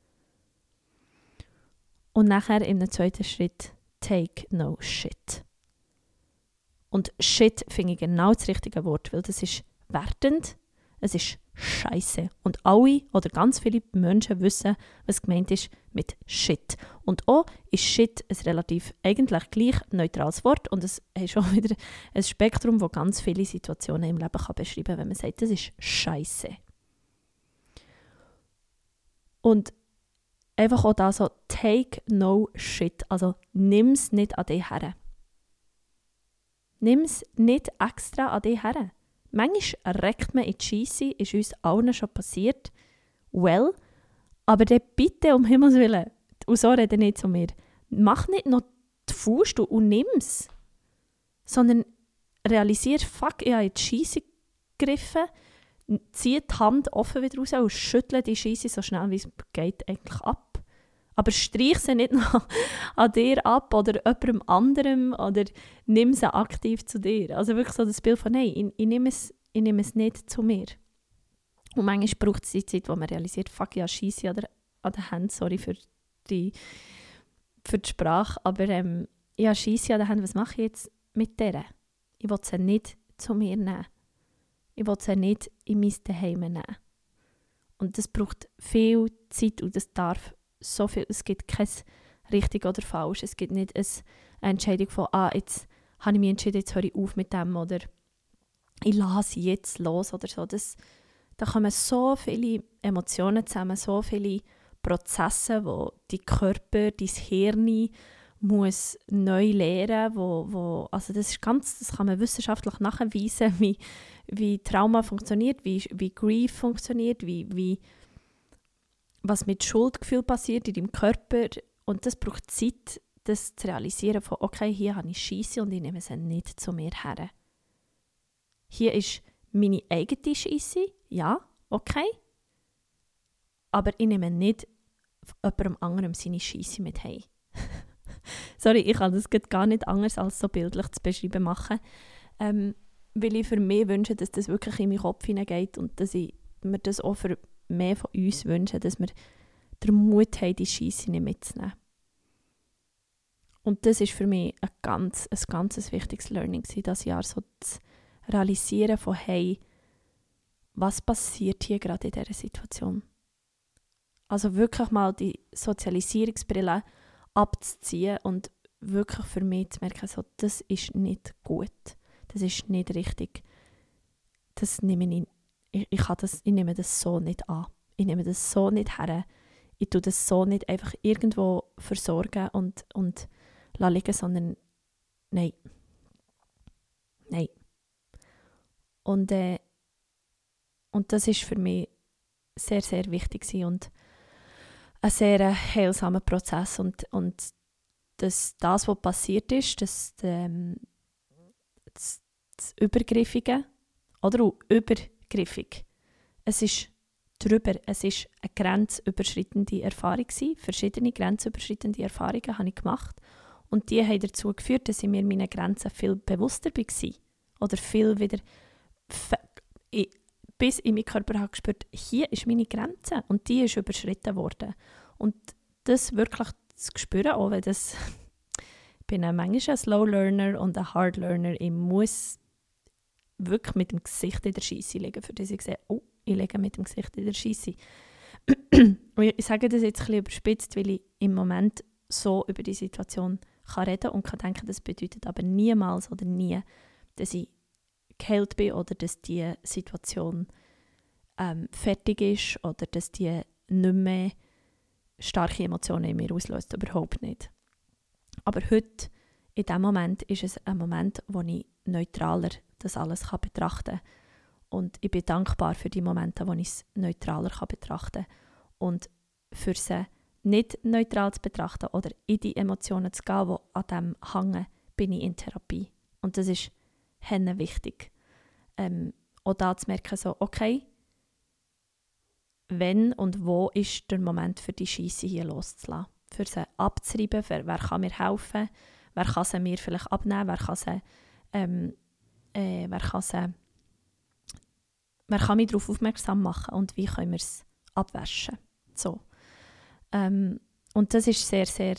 Und nachher im zweiten Schritt, take no shit. Und shit finde ich genau das richtige Wort, weil das ist wertend, es ist Scheiße. Und alle oder ganz viele Menschen wissen, was gemeint ist mit Shit. Und auch ist Shit ein relativ eigentlich gleich neutrales Wort und es ist auch wieder ein Spektrum, das ganz viele Situationen im Leben kann beschreiben kann, wenn man sagt, das ist Scheiße. Und einfach auch da so, take no shit, also nimm es nicht an dich her. Nimm es nicht extra an dich her. Manchmal reckt man in die Scheisse, ist uns allen schon passiert. Well, aber dann bitte um Himmels Willen, und so rede nicht zu mir, mach nicht noch die Faust und nimm es. Sondern realisiere, fuck, ich habe in die Scheisse gegriffen, ziehe die Hand offen wieder raus und schüttle die Scheisse so schnell wie es geht eigentlich ab. Aber streich sie nicht noch an dir ab oder jemandem anderem oder nimm sie aktiv zu dir. Also wirklich so das Bild von, nein, ich, ich, nehme es, ich nehme es nicht zu mir. Und manchmal braucht es die Zeit, wo man realisiert, fuck, ja, scheisse an der, an der Hand, sorry für die, für die Sprache, aber ähm, ja, scheisse an der Hand, was mache ich jetzt mit der? Ich will sie nicht zu mir nehmen. Ich will sie nicht in mein Zuhause nehmen. Und das braucht viel Zeit und das darf so viel, es gibt kein richtig oder falsch. Es gibt nicht eine Entscheidung von, ah, jetzt habe ich mich entschieden, jetzt höre ich auf mit dem oder ich lasse jetzt los oder so. Das, da kommen so viele Emotionen zusammen, so viele Prozesse, wo die Körper, dein Hirn muss neu lernen, wo, wo, also das ist ganz, das kann man wissenschaftlich nachweisen, wie, wie Trauma funktioniert, wie, wie Grief funktioniert, wie, wie was mit Schuldgefühl passiert in deinem Körper. Und das braucht Zeit, das zu realisieren von, okay, hier habe ich Scheisse und ich nehme sie nicht zu mir her. Hier ist meine eigene Scheisse, ja, okay. Aber ich nehme nicht jemandem anderem seine Scheisse mit heim. Sorry, ich kann das gar nicht anders als so bildlich zu beschreiben machen. Ähm, weil ich für mich wünsche, dass das wirklich in meinen Kopf hineingeht und dass ich mir das auch für mehr von uns wünschen, dass wir den Mut haben, die Scheisse nicht mitzunehmen. Und das ist für mich ein ganz, ein ganz wichtiges Learning dieses Jahr, so zu realisieren von, hey, was passiert hier gerade in dieser Situation? Also wirklich mal die Sozialisierungsbrille abzuziehen und wirklich für mich zu merken, so, das ist nicht gut, das ist nicht richtig, das nehme ich Ich, ich, das, ich nehme das so nicht an. Ich nehme das so nicht her. Ich tue das so nicht einfach irgendwo versorgen und, und liegen, sondern nein. Nein. Und, äh, und das ist für mich sehr, sehr wichtig und ein sehr heilsamer Prozess. Und, und das, das, was passiert ist, das, ähm, das, das Übergriffige oder auch übergriffig. Es ist drüber, es ist eine grenzüberschreitende Erfahrung gewesen. Verschiedene grenzüberschreitende Erfahrungen habe ich gemacht und die haben dazu geführt, dass ich mir meine Grenzen viel bewusster war oder viel wieder ich, bis in meinen Körper habe gespürt, hier ist meine Grenze und die ist überschritten worden. Und das wirklich zu spüren, auch wenn das ich bin manchmal ein Slow Learner und ein Hard Learner, ich muss wirklich mit dem Gesicht in der Scheisse liegen, für das ich sehe, oh, ich liege mit dem Gesicht in der Scheisse. Ich sage das jetzt ein bisschen überspitzt, weil ich im Moment so über die Situation kann reden und kann denken, das bedeutet aber niemals oder nie, dass ich geheilt bin oder dass die Situation ähm, fertig ist oder dass die nicht mehr starke Emotionen in mir auslöst, überhaupt nicht. Aber heute, in diesem Moment, ist es ein Moment, wo ich neutraler das alles kann betrachten kann. Und ich bin dankbar für die Momente, wo ich es neutraler kann betrachten kann. Und für sie nicht neutral zu betrachten oder in die Emotionen zu gehen, die an dem hängen, bin ich in Therapie. Und das ist henne wichtig. Ähm, auch da zu merken, so, okay, wenn und wo ist der Moment für die Scheisse hier loszulassen? Für sie abzureiben, für, wer kann mir helfen, wer kann sie mir vielleicht abnehmen, wer kann sie ähm, äh, wer kann sie, wer kann mich darauf aufmerksam machen und wie können wir es abwaschen. So. Ähm, und das ist sehr, sehr,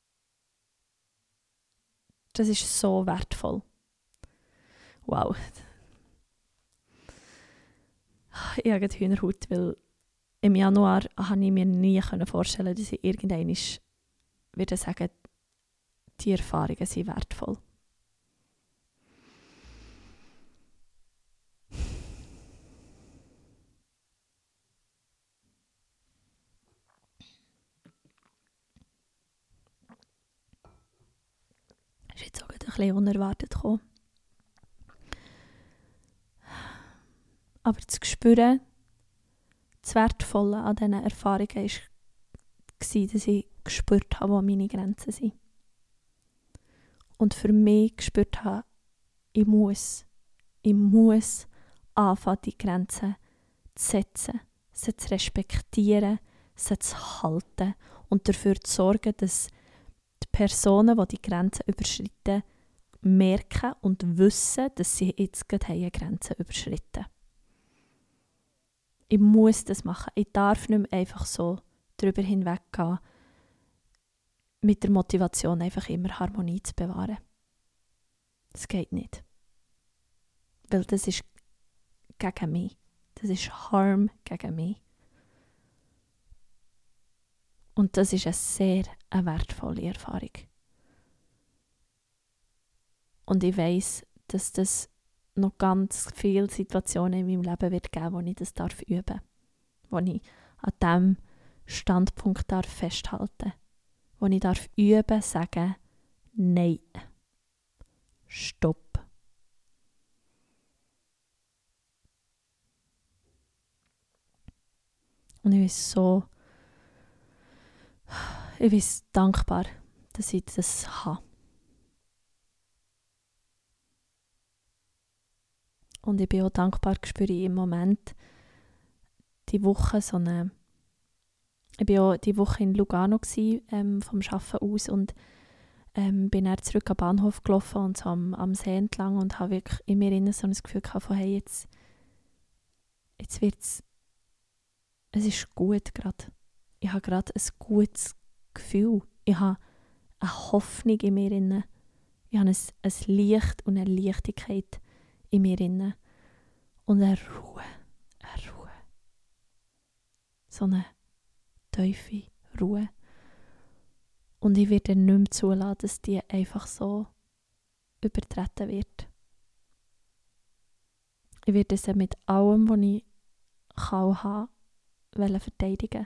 das ist so wertvoll. Wow. Ich habe gerade Hühnerhaut, weil im Januar konnte ich mir nie vorstellen, dass ich irgendwann würde sagen, die Erfahrungen sind wertvoll. Das ist jetzt auch ein bisschen unerwartet gekommen. Aber zu spüren, das Wertvolle an diesen Erfahrungen war, dass ich gespürt habe, wo meine Grenzen sind. Und für mich gespürt habe, ich muss, ich muss anfangen, die Grenzen zu setzen, sie zu respektieren, sie zu halten und dafür zu sorgen, dass die Personen, die die Grenzen überschreiten, merken und wissen, dass sie jetzt gerade eine Grenze überschritten haben. Ich muss das machen. Ich darf nicht mehr einfach so darüber hinweggehen, mit der Motivation einfach immer Harmonie zu bewahren. Das geht nicht. Weil das ist gegen mich. Das ist Harm gegen mich. Und das ist eine sehr eine wertvolle Erfahrung. Und ich weiss, dass das noch ganz viele Situationen in meinem Leben wird geben, wo ich das darf üben. Wo ich an diesem Standpunkt darf festhalten. Wo ich darf üben, sagen, nein. Stopp. Und ich bin so, ich bin dankbar, dass ich das habe. Und ich bin auch dankbar, spüre ich im Moment die Woche so eine, ich war auch die Woche in Lugano gewesen, ähm, vom Arbeiten aus und ähm, bin dann zurück am Bahnhof gelaufen und so am, am See entlang und habe wirklich in mir innen so ein Gefühl gehabt von, hey, jetzt, jetzt wird's, es ist gut gerade. Ich habe gerade ein gutes Gefühl. Ich habe eine Hoffnung in mir innen. Ich habe ein, ein Licht und eine Leichtigkeit in mir innen. Und eine Ruhe. Eine Ruhe. So eine tiefe Ruhe. Und ich werde nicht mehr zulassen, dass die einfach so übertreten wird. Ich werde sie mit allem, was ich kann haben, verteidigen.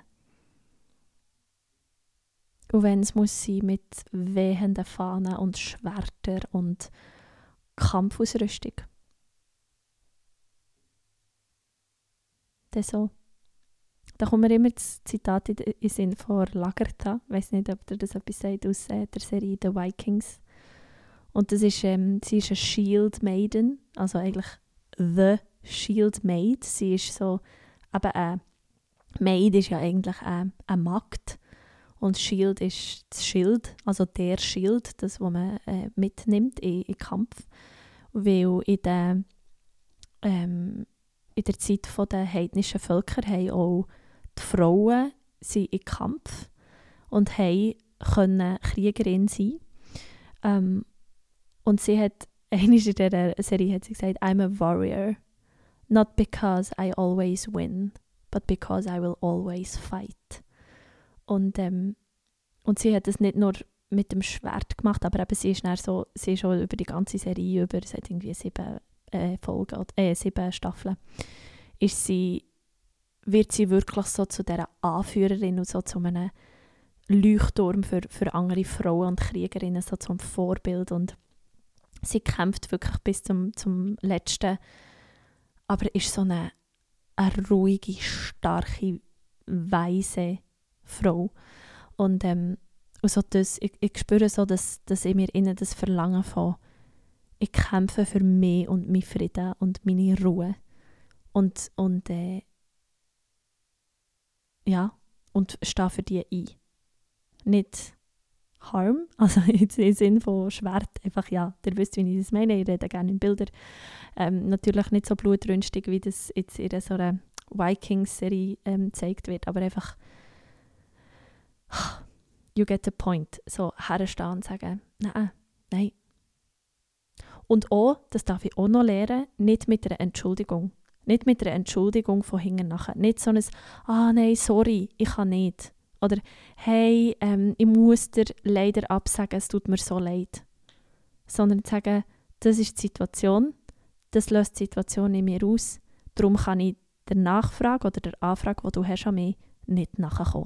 Und wenn es muss sein, mit wehenden Fahnen und Schwertern und Kampfausrüstung. Das so. Da kommt mir immer das Zitat in den Sinn von Lagertha. Ich weiss nicht, ob ihr das etwas sagt aus äh, der Serie The Vikings. Und das ist, ähm, sie ist eine Shield Maiden, also eigentlich The Shield Maid. Sie ist so, eben eine Maid ist ja eigentlich eine, eine Magd. Und Shield ist das Schild, also der Schild, das, was man äh, mitnimmt in, in Kampf. Weil in der, ähm, in der Zeit der heidnischen Völker haben auch die Frauen sind in Kampf und haben können Kriegerin sein. Ähm, und sie hat, einmal in dieser Serie hat sie gesagt, I'm a warrior, not because I always win, but because I will always fight. Und, ähm, und sie hat es nicht nur mit dem Schwert gemacht, aber eben sie ist dann so, sie ist schon über die ganze Serie über, es hat irgendwie sieben äh, Folgen, äh, sieben Staffeln, ist sie, wird sie wirklich so zu dieser Anführerin und so zu einem Leuchtturm für, für andere Frauen und Kriegerinnen, so zum Vorbild. Und sie kämpft wirklich bis zum, zum Letzten, aber ist so eine, eine ruhige, starke, weise Frau. Und, ähm, und so das, ich, ich spüre so, dass, dass in mir innen das Verlangen von, ich kämpfe für mich und meinen Frieden und meine Ruhe. Und, und äh, ja, und stehe für die ein. Nicht harm, also jetzt im Sinne von Schwert, einfach ja, ihr wisst, wie ich das meine, ich rede gerne in Bildern. Ähm, natürlich nicht so blutrünstig, wie das jetzt in so einer Vikings-Serie ähm, gezeigt wird, aber einfach you get the point. So herstehen und sagen, nein, nein. Und auch, das darf ich auch noch lernen, nicht mit einer Entschuldigung. Nicht mit einer Entschuldigung von hinten nachher. Nicht so ein, ah nein, sorry, ich kann nicht. Oder, hey, ähm, ich muss dir leider absagen, es tut mir so leid. Sondern zu sagen, das ist die Situation, das löst die Situation in mir aus, darum kann ich der Nachfrage oder der Anfrage, die du hast an mich, nicht nachkommen.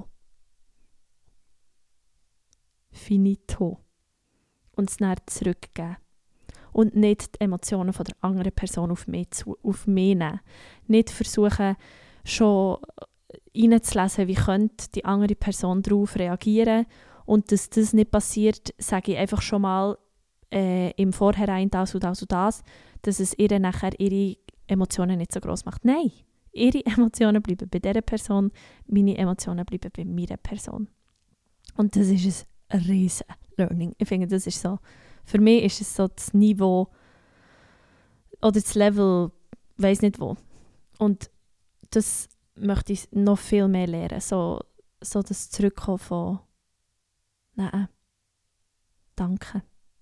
Finito. Und es dann zurückgeben. Und nicht die Emotionen von der anderen Person auf mich, zu, auf mich nehmen. Nicht versuchen, schon reinzulesen, wie könnte die andere Person darauf reagieren. Und dass das nicht passiert, sage ich einfach schon mal äh, im Vorhinein das und das und das, dass es ihr nachher ihre Emotionen nicht so gross macht. Nein, ihre Emotionen bleiben bei dieser Person, meine Emotionen bleiben bei meiner Person. Und das ist ein riesen Learning. Ich finde, das ist so, für mich ist es so das Niveau oder das Level, ich weiss nicht wo. Und das möchte ich noch viel mehr lernen. So, so das Zurückkommen von nein, danke.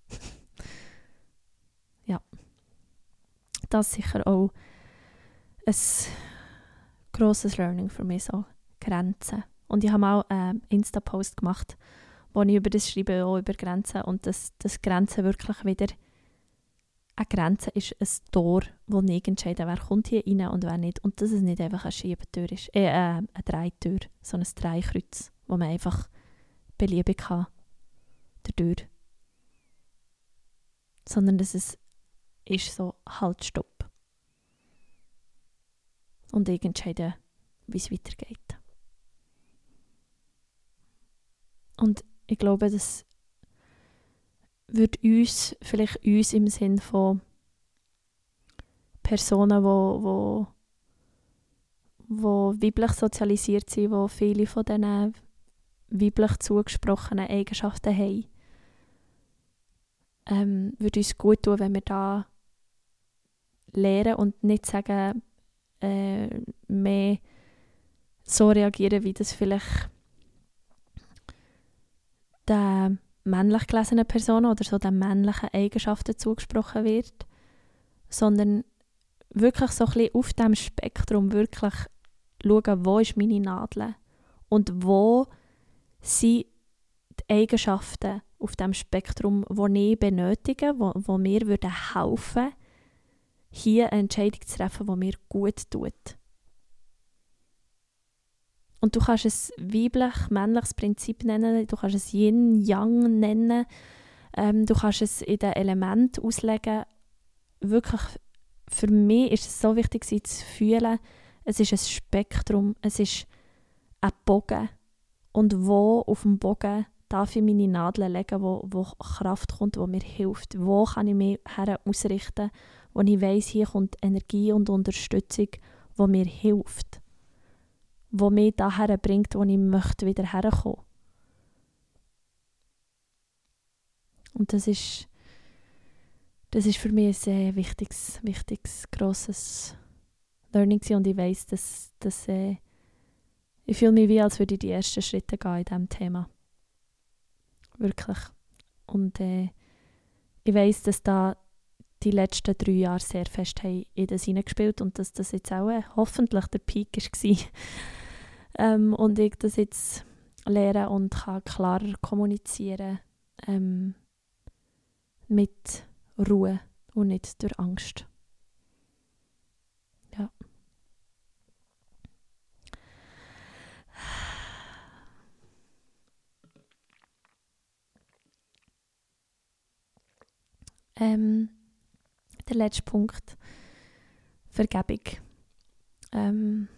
Ja. Das ist sicher auch ein grosses Learning für mich, so Grenzen. Und ich habe auch einen Insta-Post gemacht, wo ich über das schreibe, auch über Grenzen. Und dass, dass Grenzen wirklich wieder eine Grenze ist, ein Tor, wo ich entscheide, wer kommt hier rein und wer nicht. Und dass es nicht einfach eine Schiebetür ist, äh, äh, eine Dreitür, so ein Dreikreuz, wo man einfach beliebig kann, dadurch. Sondern dass es ist so, halt, stopp. Und ich entscheide, wie es weitergeht. Und ich glaube, das würde uns, vielleicht uns im Sinn von Personen, die wo, wo weiblich sozialisiert sind, die viele von diesen weiblich zugesprochenen Eigenschaften haben, ähm, würde uns gut tun, wenn wir da lernen und nicht sagen, äh, mehr so reagieren, wie das vielleicht der männlich gelesenen Personen oder so den männlichen Eigenschaften zugesprochen wird, sondern wirklich so ein bisschen auf diesem Spektrum wirklich schauen, wo ist meine Nadel und wo sind die Eigenschaften auf diesem Spektrum, die ich benötige, wo, wo mir würden helfen, hier eine Entscheidung zu treffen, die mir gut tut. Und du kannst es weiblich-männliches Prinzip nennen, du kannst es Yin-Yang nennen, ähm, du kannst es in den Elementen auslegen. Wirklich, für mich ist es so wichtig, sie zu fühlen, es ist ein Spektrum, es ist ein Bogen. Und wo auf dem Bogen darf ich meine Nadeln legen, wo, wo Kraft kommt, wo mir hilft? Wo kann ich mich her ausrichten, wo ich weiss, hier kommt Energie und Unterstützung, wo mir hilft? Wo mich dahin bringt, wo ich möchte, wieder herkommen. Und das ist, das ist für mich ein sehr wichtiges, wichtiges, grosses Learning gewesen. Und ich weiss, dass, dass äh, ich fühle mich wie, als würde ich die ersten Schritte gehen in diesem Thema. Wirklich. Und äh, ich weiss, dass da die letzten drei Jahre sehr fest haben in das hineingespielt und dass das jetzt auch äh, hoffentlich der Peak war. ähm, und ich das jetzt lerne und kann klarer kommunizieren ähm, mit Ruhe und nicht durch Angst. Ja. Ähm, der letzte Punkt, Vergebung. Ähm,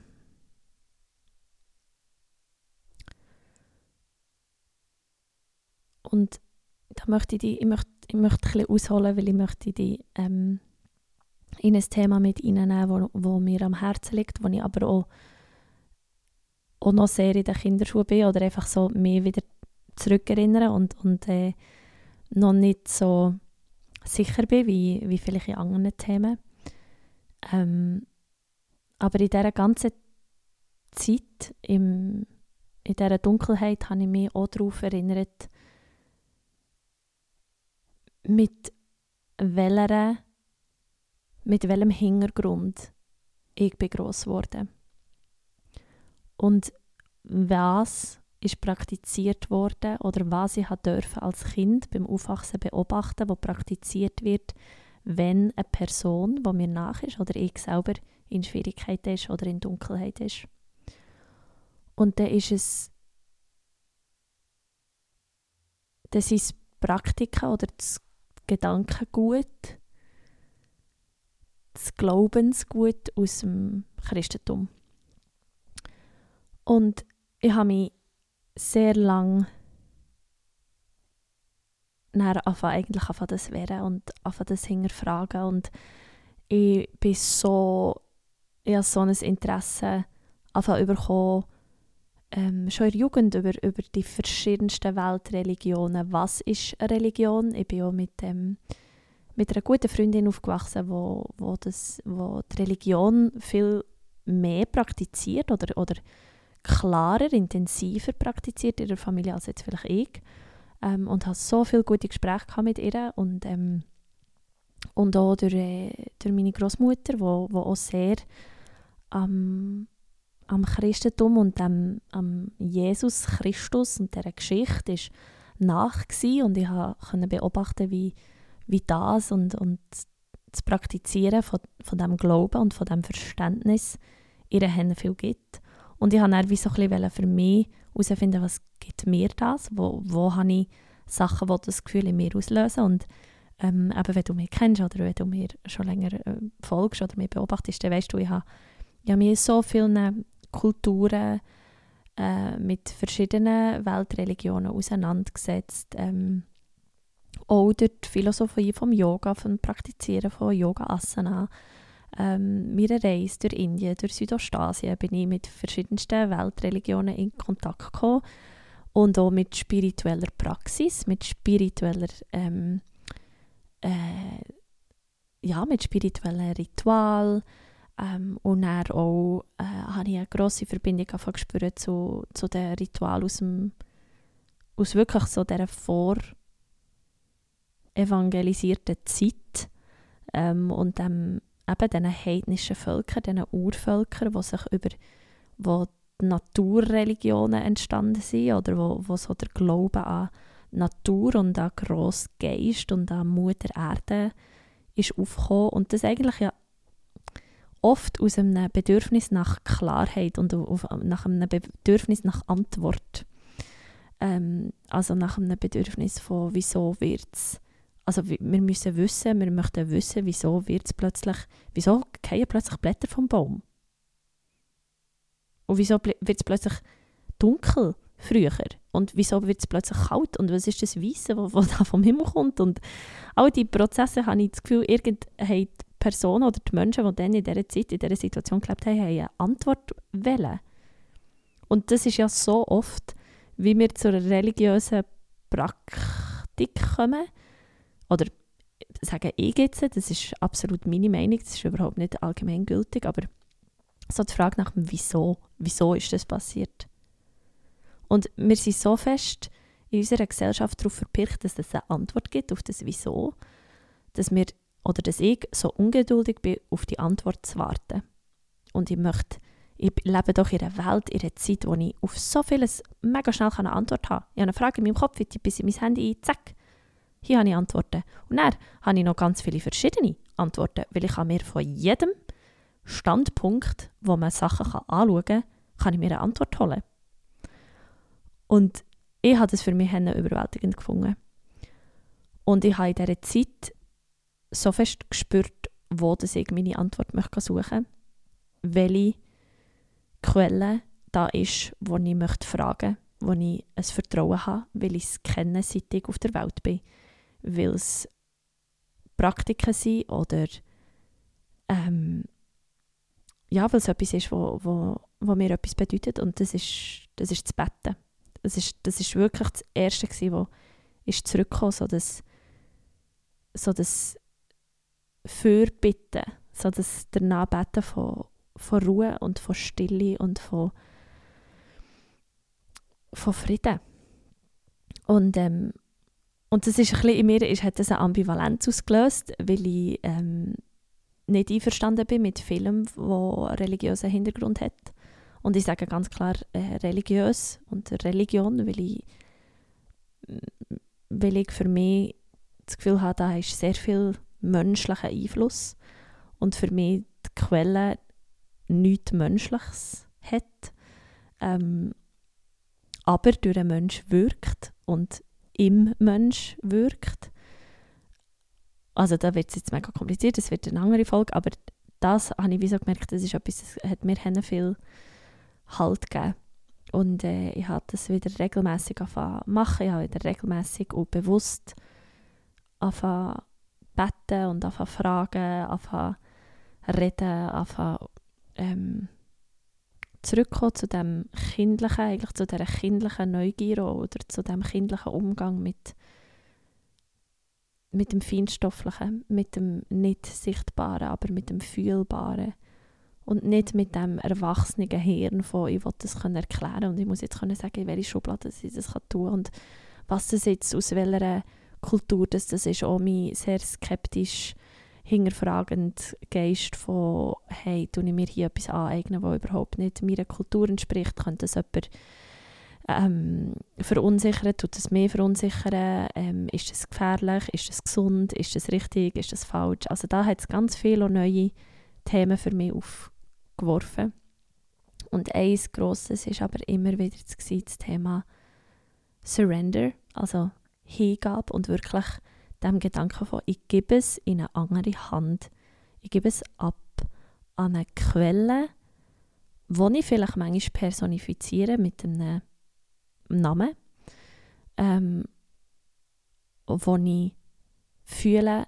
und da möchte ich, die, ich, möchte, ich möchte ein bisschen ausholen, weil ich möchte die ähm, in ein Thema mit reinnehmen, wo, wo mir am Herzen liegt, wo ich aber auch, auch noch sehr in den Kinderschuhen bin oder einfach so mehr wieder zurückerinnere und, und äh, noch nicht so sicher bin, wie, wie vielleicht in anderen Themen. Ähm, aber in dieser ganzen Zeit, im, in dieser Dunkelheit, habe ich mich auch darauf erinnert, mit welcher, mit welchem Hintergrund ich bin gross geworden. Und was ist praktiziert worden oder was ich durfte als Kind beim Aufwachsen beobachten, was praktiziert wird, wenn eine Person, die mir nach ist oder ich selber in Schwierigkeiten ist oder in Dunkelheit ist. Und dann ist es das ist Praktika oder das Gedankengut, das Glaubensgut aus dem Christentum. Und ich habe mich sehr lange angefangen, eigentlich angefangen das wehren und angefangen das hinterfragen. Und ich bin so, ich habe so ein Interesse angefangen bekommen, ähm, schon in der Jugend über, über die verschiedensten Weltreligionen. Was ist eine Religion? Ich bin auch mit, ähm, mit einer guten Freundin aufgewachsen, wo, wo, das, wo die Religion viel mehr praktiziert oder, oder klarer, intensiver praktiziert in der Familie als jetzt vielleicht ich. Ähm, und habe so viele gute Gespräche mit ihr und, ähm, und auch durch, äh, durch meine Großmutter, wo, wo auch sehr am, am Christentum und am, am Jesus Christus und dieser Geschichte ist nach gewesen. Und ich konnte beobachten, wie, wie das und, und das Praktizieren von, von diesem Glauben und von diesem Verständnis ihr viel gibt. Und ich wollte dann wie so ein bisschen für mich herausfinden, was gibt mir das? Wo, wo habe ich Sachen, die das Gefühl in mir auslösen? Und ähm, eben, wenn du mich kennst oder wenn du mir schon länger äh, folgst oder mich beobachtest, dann weißt du, ich habe, ich habe mich in so vielen Kulturen äh, mit verschiedenen Weltreligionen auseinandergesetzt. Ähm, auch durch die Philosophie vom Yoga, vom Praktizieren von Yoga Asana. Ähm, meiner Reise durch Indien, durch Südostasien bin ich mit verschiedensten Weltreligionen in Kontakt gekommen und auch mit spiritueller Praxis, mit spiritueller ähm, äh, ja, mit spirituellen Ritualen ähm, und dann auch äh, habe ich eine grosse Verbindung gespürt zu, zu den Ritualen aus, dem, aus wirklich so dieser vorevangelisierten Zeit ähm, und dem eben diesen heidnischen Völkern, diesen Urvölkern, die sich über wo die Naturreligionen entstanden sind oder wo, wo so der Glaube an Natur und an grossen Geist und an Mutter Erde ist aufgekommen und das eigentlich ja oft aus einem Bedürfnis nach Klarheit und auf, nach einem Bedürfnis nach Antwort. Ähm, also nach einem Bedürfnis von wieso wird es. Also wir müssen wissen, wir möchten wissen, wieso wird es plötzlich, wieso fallen plötzlich Blätter vom Baum? Und wieso wird es plötzlich dunkel früher? Und wieso wird es plötzlich kalt? Und was ist das Weisse, das da vom Himmel kommt? Und all diese Prozesse habe ich das Gefühl, irgendeine die Personen oder die Menschen, die dann in dieser Zeit, in dieser Situation gelebt haben, haben eine Antwort wollen. Und das ist ja so oft, wie wir zu einer religiösen Praktik kommen. Oder sage ich jetzt, das ist absolut meine Meinung, das ist überhaupt nicht allgemeingültig, aber so die Frage nach dem Wieso, wieso ist das passiert? Und wir sind so fest in unserer Gesellschaft darauf verpircht, dass es eine Antwort gibt auf das Wieso, dass wir, oder dass ich so ungeduldig bin, auf die Antwort zu warten. Und ich möchte, ich lebe doch in einer Welt, in einer Zeit, wo ich auf so vieles mega schnell eine Antwort haben kann. Ich habe eine Frage in meinem Kopf, ich tippe in mein Handy ein, zack. Hier habe ich Antworten. Und dann habe ich noch ganz viele verschiedene Antworten, weil ich kann mir von jedem Standpunkt, wo man Sachen anschauen kann, kann ich mir eine Antwort holen. Und ich habe das für mich überwältigend gefunden. Und ich habe in dieser Zeit so fest gespürt, wo das ich meine Antwort möchte suchen möchte, welche Quelle da ist, wo ich möchte fragen möchte, wo ich ein Vertrauen habe, weil ich es kenne, seit ich auf der Welt bin. Weil es Praktiken sind oder ähm, ja, weil es etwas ist, wo, wo, wo mir etwas bedeutet und das ist, das ist das Betten. es ist, das ist wirklich das Erste gewesen, wo ist zurückgekommen, so das, so das Fürbitten, so das Danachbeten von, von Ruhe und von Stille und von, von Frieden. Und, ähm, und das ist ein bisschen in mir, ist, hat das eine Ambivalenz ausgelöst, weil ich ähm, nicht einverstanden bin mit Filmen, die einen religiösen Hintergrund hat. Und ich sage ganz klar äh, religiös und Religion, weil ich, weil ich für mich das Gefühl habe, da ist sehr viel menschlicher Einfluss und für mich die Quelle nichts Menschliches hat, ähm, aber durch einen Mensch wirkt und im Mensch wirkt. Also da wird es jetzt mega kompliziert, das wird eine andere Folge, aber das habe ich wie so gemerkt, das ist etwas, das hat mir viel Halt gegeben. Und äh, ich habe das wieder regelmässig angefangen zu machen, ich habe wieder regelmässig und bewusst angefangen zu beten und angefangen zu fragen, angefangen zu reden, angefangen ähm, zurückkommen zu dem kindlichen, eigentlich zu dieser kindlichen Neugier oder zu dem kindlichen Umgang mit, mit dem Feinstofflichen, mit dem nicht Sichtbaren, aber mit dem Fühlbaren. Und nicht mit dem erwachsenen Hirn von, ich will das erklären und ich muss jetzt können sagen, in welche Schublade ich das tun kann. Und was das jetzt, aus welcher Kultur das, das ist, auch mein sehr skeptisch, hinterfragend Geist von, hey, tue ich mir hier etwas aneignen, was überhaupt nicht meiner Kultur entspricht, könnte das jemand ähm, verunsichern, tut es mehr verunsichern, ähm, ist das gefährlich, ist das gesund, ist das richtig, ist das falsch. Also da hat es ganz viele neue Themen für mich aufgeworfen. Und eins Grosses war aber immer wieder das Thema Surrender, also Hingabe und wirklich dem Gedanken von, ich gebe es in eine andere Hand, ich gebe es ab an eine Quelle, die ich vielleicht manchmal personifiziere mit einem Namen, ähm, wo ich fühle,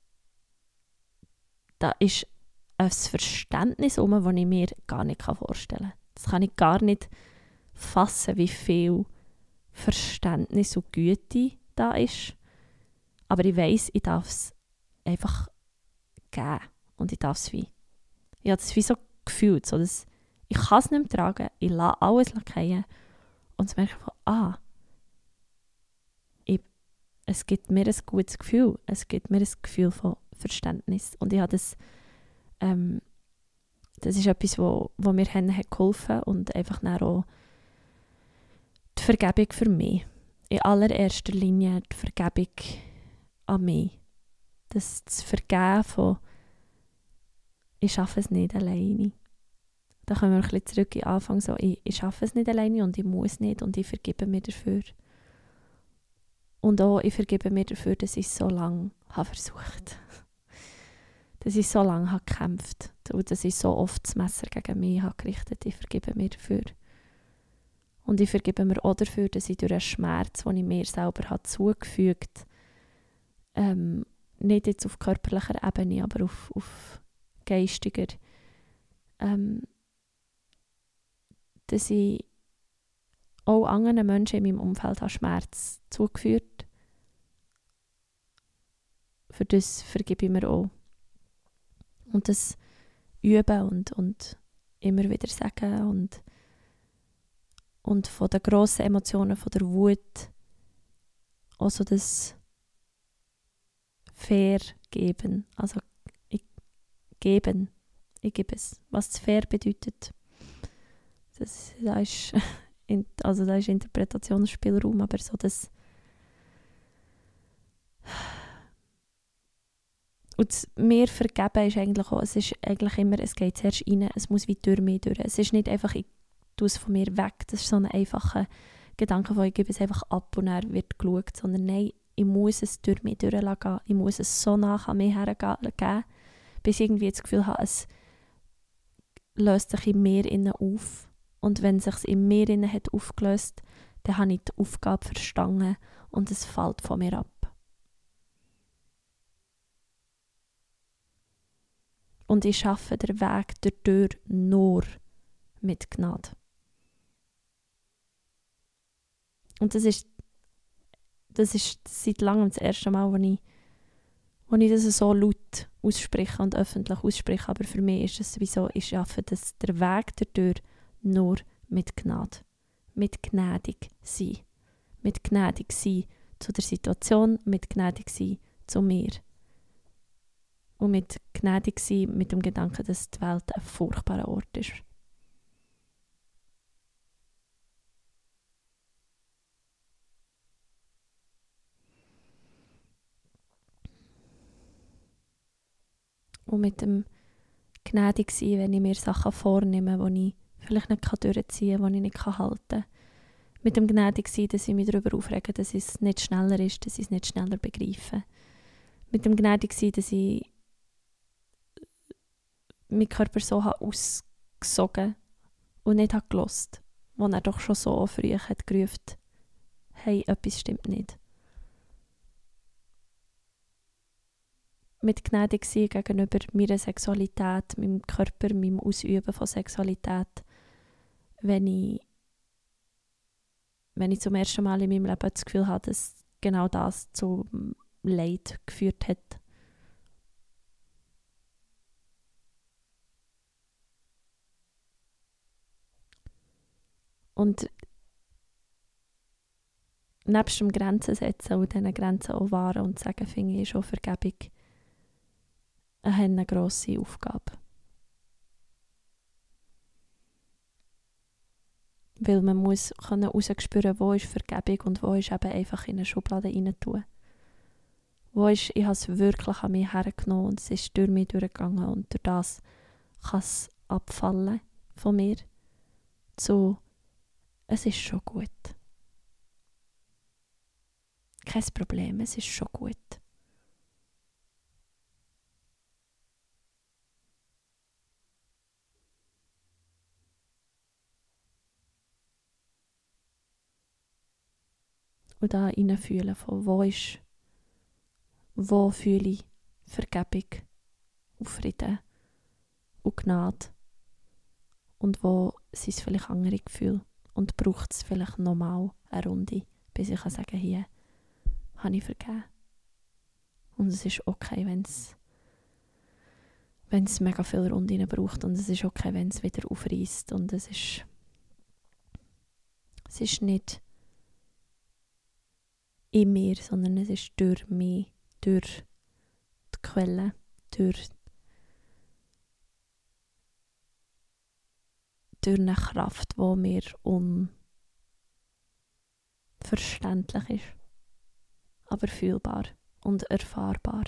da ist ein Verständnis um, das ich mir gar nicht vorstellen kann. Das kann ich gar nicht fassen, wie viel Verständnis und Güte da ist. Aber ich weiss, ich darf es einfach geben. Und ich darf es wie. Ich habe das wie so gefühlt, so dass ich kann es nicht mehr tragen, ich lasse alles fallen. Und ich merke von, ah, ich, es gibt mir ein gutes Gefühl. Es gibt mir ein Gefühl von Verständnis. Und ich habe das, ähm, das ist etwas, wo, wo mir hat geholfen und einfach dann auch die Vergebung für mich. In allererster Linie die Vergebung an mich. Das zu vergeben von, ich schaffe es nicht alleine. Da kommen wir ein bisschen zurück in den Anfang, so, ich, ich schaffe es nicht alleine und ich muss nicht und ich vergebe mir dafür. Und auch, ich vergebe mir dafür, dass ich so lange habe versucht. Dass ich so lange habe gekämpft und dass ich so oft das Messer gegen mich habe gerichtet. Ich vergebe mir dafür. Und ich vergebe mir auch dafür, dass ich durch einen Schmerz, den ich mir selber habe zugefügt habe, ähm, nicht jetzt auf körperlicher Ebene, aber auf, auf geistiger, ähm, dass ich auch anderen Menschen in meinem Umfeld habe Schmerz zugeführt. Für das vergebe ich mir auch. Und das üben und, und immer wieder sagen und, und von den grossen Emotionen, von der Wut, auch so das fair geben, also ich geben, ich gebe es. Was das fair bedeutet, das, da ist, also da ist Interpretationsspielraum, aber so das und das mir vergeben ist eigentlich auch, es ist eigentlich immer, es geht zuerst rein, es muss wie durch mich durch. Es ist nicht einfach, ich tue es von mir weg, das ist so ein einfacher Gedanke von, ich gebe es einfach ab und dann wird geschaut, sondern nein, ich muss es durch mich durchlassen, ich muss es so nah an mich hergeben, bis ich irgendwie das Gefühl habe, es löst sich in mir innen auf. Und wenn es sich in mir innen hat aufgelöst, dann habe ich die Aufgabe verstanden und es fällt von mir ab. Und ich schaffe den Weg dadurch nur mit Gnade. Und das ist, das ist seit langem das erste Mal, wo ich, wo ich das so laut ausspreche und öffentlich ausspreche. Aber für mich ist es sowieso, ich schaffe das, der Weg dadurch nur mit Gnade. Mit gnädig sein. Mit gnädig sein zu der Situation, mit gnädig sein zu mir. Und mit gnädig sein mit dem Gedanken, dass die Welt ein furchtbarer Ort ist. Und mit dem gnädig sein, wenn ich mir Sachen vornehme, die ich vielleicht nicht durchziehen kann, die ich nicht halten kann. Mit dem gnädig sein, dass ich mich darüber aufrege, dass es nicht schneller ist, dass ich es nicht schneller begreife. Mit dem gnädig sein, dass ich meinen Körper so habe ausgesogen und nicht habe gehört, wo er doch schon so früh hat gerufen, hey, etwas stimmt nicht. Mit gnädig sein gegenüber meiner Sexualität, meinem Körper, meinem Ausüben von Sexualität, wenn ich, wenn ich zum ersten Mal in meinem Leben das Gefühl habe, dass genau das zu Leid geführt hat. Und nebst dem Grenzen setzen und diesen Grenzen auch wahren und sagen, finde ich, ist auch Vergebung eine grosse Aufgabe. Weil man muss herausspüren, wo ist Vergebung und wo ist eben einfach in eine Schublade rein tun. Wo ist, ich habe es wirklich an mich hergenommen und es ist durch mich durchgegangen und durch das kann es abfallen von mir zu, es ist schon gut. Kein Problem, es ist schon gut. Und da reinfühlen von wo ist, wo fühle ich Vergebung und Frieden und Gnade und wo sind es vielleicht andere Gefühle und braucht es vielleicht nochmal eine Runde, bis ich kann sagen, hier habe ich vergeben. Und es ist okay, wenn es wenn es mega viele Runden braucht und es ist okay, wenn es wieder aufreißt und es ist es ist nicht in mir, sondern es ist durch mich, durch die Quelle, durch, durch eine Kraft, die mir unverständlich ist, aber fühlbar und erfahrbar.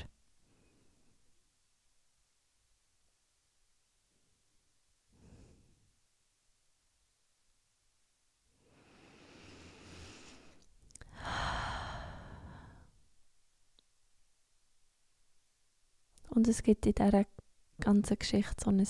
Und es gibt in dieser ganzen Geschichte so ein,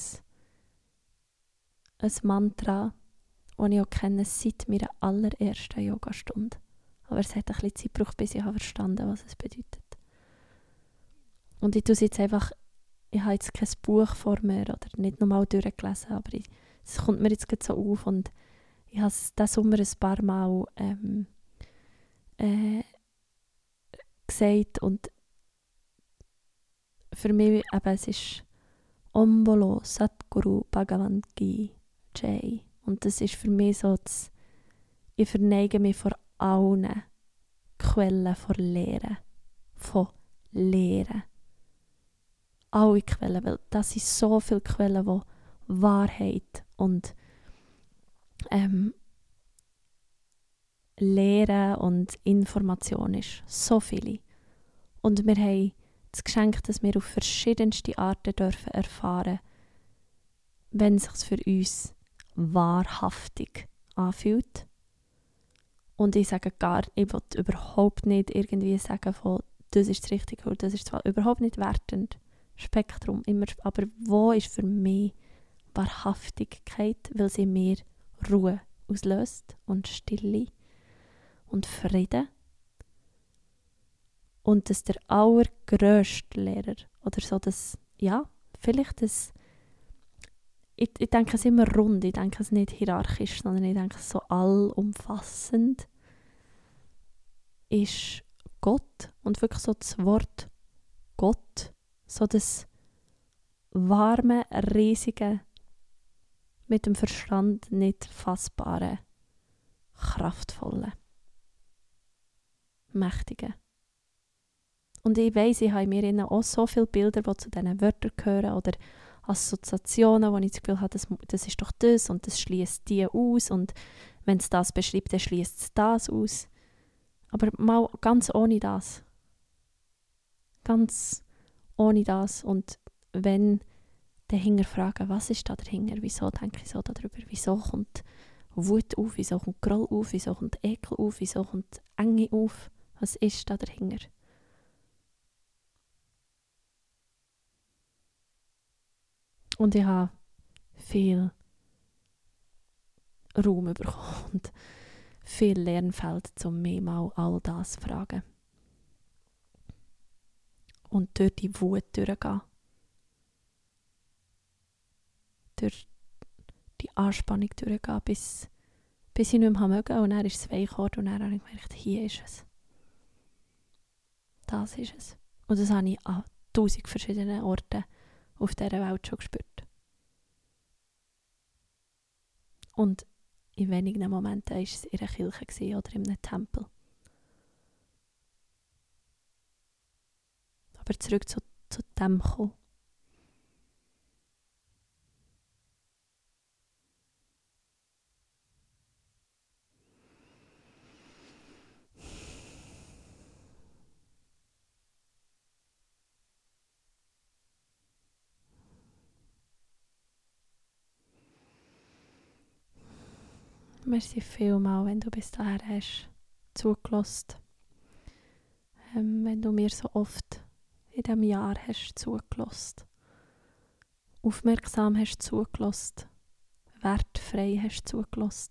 ein Mantra, das ich auch kenne seit meiner allerersten Yogastunde. Aber es hat ein bisschen Zeit gebraucht, bis ich verstanden habe, was es bedeutet. Und ich tue es jetzt einfach, ich habe jetzt kein Buch vor mir oder nicht nochmal durchgelesen, aber ich, es kommt mir jetzt so auf und ich habe es diesen Sommer ein paar Mal ähm, äh, gesagt und für mich eben, es ist Om Bolo Satguru Bhagavan Ki Jai. Und das ist für mich so, das, ich verneige mich vor allen Quellen von Lehren. Von Lehren. Alle Quellen, weil das sind so viele Quellen, wo Wahrheit und ähm, Lehren und Information ist. So viele. Und wir haben das Geschenk, dass wir auf verschiedenste Arten dürfen erfahren, wenn es sich für uns wahrhaftig anfühlt. Und ich sage gar, ich will überhaupt nicht irgendwie sagen von, das ist das Richtige oder das ist zwar überhaupt nicht wertend. Spektrum, immer, aber wo ist für mich Wahrhaftigkeit, weil sie mir Ruhe auslöst und Stille und Frieden. Und dass der allergrösste Lehrer, oder so das, ja, vielleicht das, ich, ich denke es immer rund, ich denke es nicht hierarchisch, sondern ich denke es so allumfassend. ist Gott und wirklich so das Wort Gott, so das warme, riesige, mit dem Verstand nicht fassbare, kraftvolle, mächtige. Und ich weiss, ich habe in mir auch so viele Bilder, die zu diesen Wörtern gehören oder Assoziationen, wo ich das Gefühl habe, das, das ist doch das und das schließt die aus und wenn es das beschreibt, dann schließt es das aus. Aber mal ganz ohne das. Ganz ohne das. Und wenn dann hinterfragen, was ist da dahinter? Wieso denke ich so darüber? Wieso kommt Wut auf? Wieso kommt Groll auf? Wieso kommt Ekel auf? Wieso kommt Enge auf? Was ist da dahinter? Und ich habe viel Raum bekommen und viel Lernfeld, um mich mal all das zu fragen. Und durch die Wut durchgehen. Durch die Anspannung durchgehen, bis, bis ich nicht mehr mögen. Und dann ist es weich geworden und dann habe ich gemerkt, hier ist es. Das ist es. Und das habe ich an tausend verschiedenen Orten auf dieser Welt schon gespürt. Und in wenigen Momenten war es in einer Kirche oder in einem Tempel. Aber zurück zu, zu dem kommen. Merci vielmals, wenn du bis dahin hast zugelassen. Ähm, wenn du mir so oft in diesem Jahr hast zugelassen. Aufmerksam hast zugelassen. Wertfrei hast zugelassen.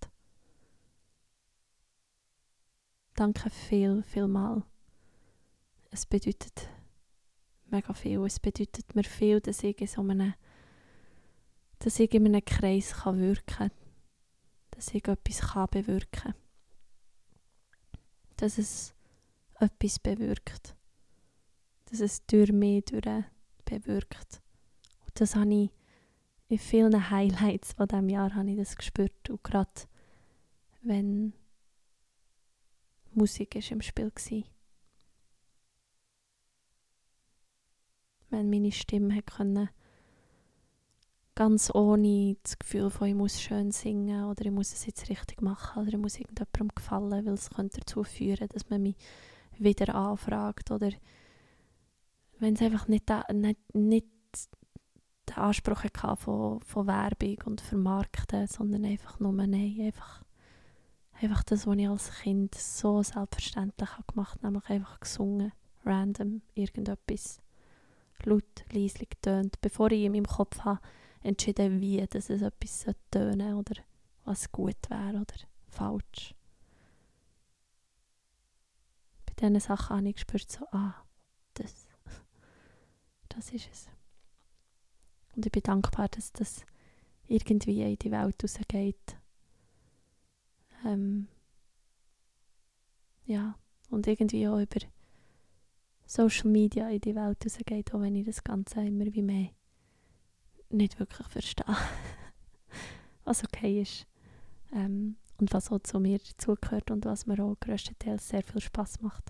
Danke viel, viel mal. Es bedeutet mega viel. Es bedeutet mir viel, dass ich in so einem, dass ich in einem Kreis kann wirken kann. Dass ich etwas kann bewirken kann. Dass es etwas bewirkt. Dass es durch mich durch bewirkt. Und das habe ich in vielen Highlights von diesem Jahr habe ich das gespürt. Und gerade wenn Musik ist im Spiel war. Wenn meine Stimme konnte, ganz ohne das Gefühl von, ich muss schön singen oder ich muss es jetzt richtig machen oder ich muss irgendjemandem gefallen, weil es könnte dazu führen, dass man mich wieder anfragt oder wenn es einfach nicht, da, nicht, nicht den Anspruch hatte von, von Werbung und Vermarkten, sondern einfach nur, nein, einfach, einfach das, was ich als Kind so selbstverständlich gemacht habe, nämlich einfach gesungen, random, irgendetwas laut, leislich getönt, bevor ich in meinem Kopf habe entschieden, wie dass es etwas tönen sollte oder was gut wäre oder falsch. Bei diesen Sachen habe ich gespürt, so, ah, das, das ist es. Und ich bin dankbar, dass das irgendwie in die Welt rausgeht. Ähm, ja, und irgendwie auch über Social Media in die Welt rausgeht, auch wenn ich das Ganze immer wie mehr nicht wirklich verstehe. Was okay ist. Ähm, und was auch zu mir dazugehört und was mir auch grösstenteils sehr viel Spass macht.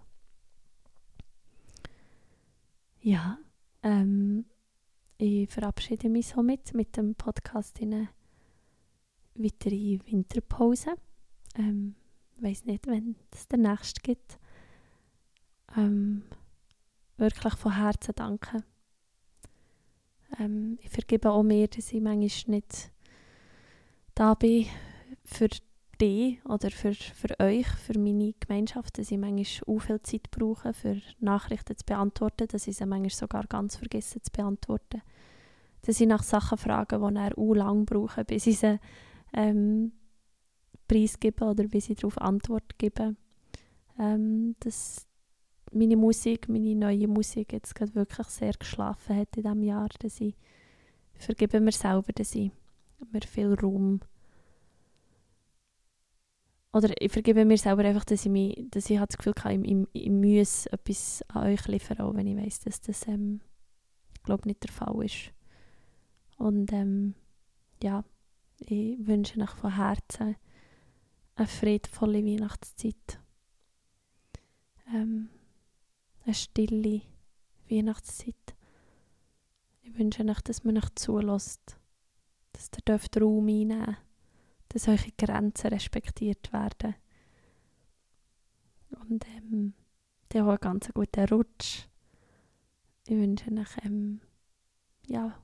Ja, ähm, ich verabschiede mich somit mit dem Podcast in eine weitere Winterpause. Ähm, ich weiss nicht, wenn es der nächste gibt. Ähm, wirklich von Herzen danke. Ähm, ich vergebe auch mir, dass ich manchmal nicht da bin für dich oder für, für euch, für meine Gemeinschaft, dass ich manchmal auch viel Zeit brauche, für Nachrichten zu beantworten, dass ich sie manchmal sogar ganz vergesse zu beantworten. Dass ich nach Sachen frage, die er auch lange brauche, bis ich sie ähm, preisgebe oder bis ich darauf Antwort gebe. Ähm, dass meine Musik, meine neue Musik jetzt gerade wirklich sehr geschlafen hat in diesem Jahr, dass ich vergebe mir selber, dass ich mir viel Raum oder ich vergebe mir selber einfach, dass ich, mich, dass ich das Gefühl habe, ich, ich, ich muss etwas an euch liefern, auch wenn ich weiss, dass das, ähm, glaube nicht der Fall ist. Und ähm, ja, ich wünsche euch von Herzen eine friedvolle Weihnachtszeit. Ähm, eine stille Weihnachtszeit. Ich wünsche euch, dass man euch zulässt, dass ihr dürft Raum einnehmen dürft, dass eure Grenzen respektiert werden. Und ähm, dann auch einen ganz guten Rutsch. Ich wünsche euch, ähm, ja,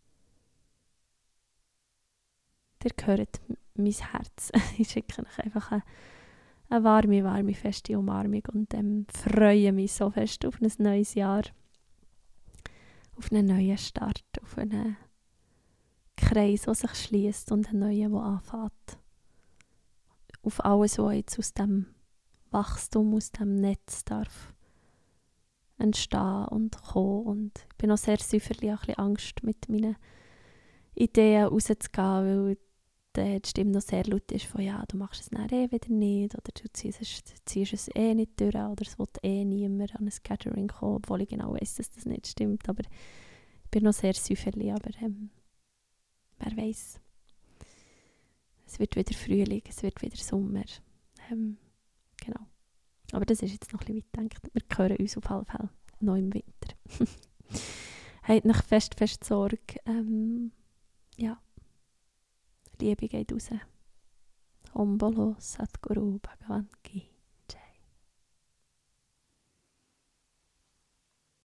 ihr hört mein Herz. Ich schicke euch einfach eine, eine warme, warme, feste Umarmung und ähm, freue mich so fest auf ein neues Jahr, auf einen neuen Start, auf einen Kreis, der sich schließt und einen neuen, der anfängt. Auf alles, was jetzt aus dem Wachstum, aus dem Netz darf entstehen und kommen. Und ich bin auch sehr säuferlich, auch ein bisschen Angst, mit meinen Ideen rauszugehen, weil die Stimme noch sehr laut ist von «Ja, du machst es dann eh wieder nicht» oder «Du ziehst es, ziehst es eh nicht durch» oder «Es will eh niemand an ein Gathering kommen», obwohl ich genau weiss, dass das nicht stimmt. Aber ich bin noch sehr säuferlich, aber ähm, wer weiß. Es wird wieder Frühling, es wird wieder Sommer. Ähm, genau. Aber das ist jetzt noch ein bisschen weit gedacht. Wir hören uns auf jeden Fall noch im Winter. Habt noch fest, fest Sorge. Ähm, ja. Liebe geht raus. Om Bolo Satguru Bhagavan Ki.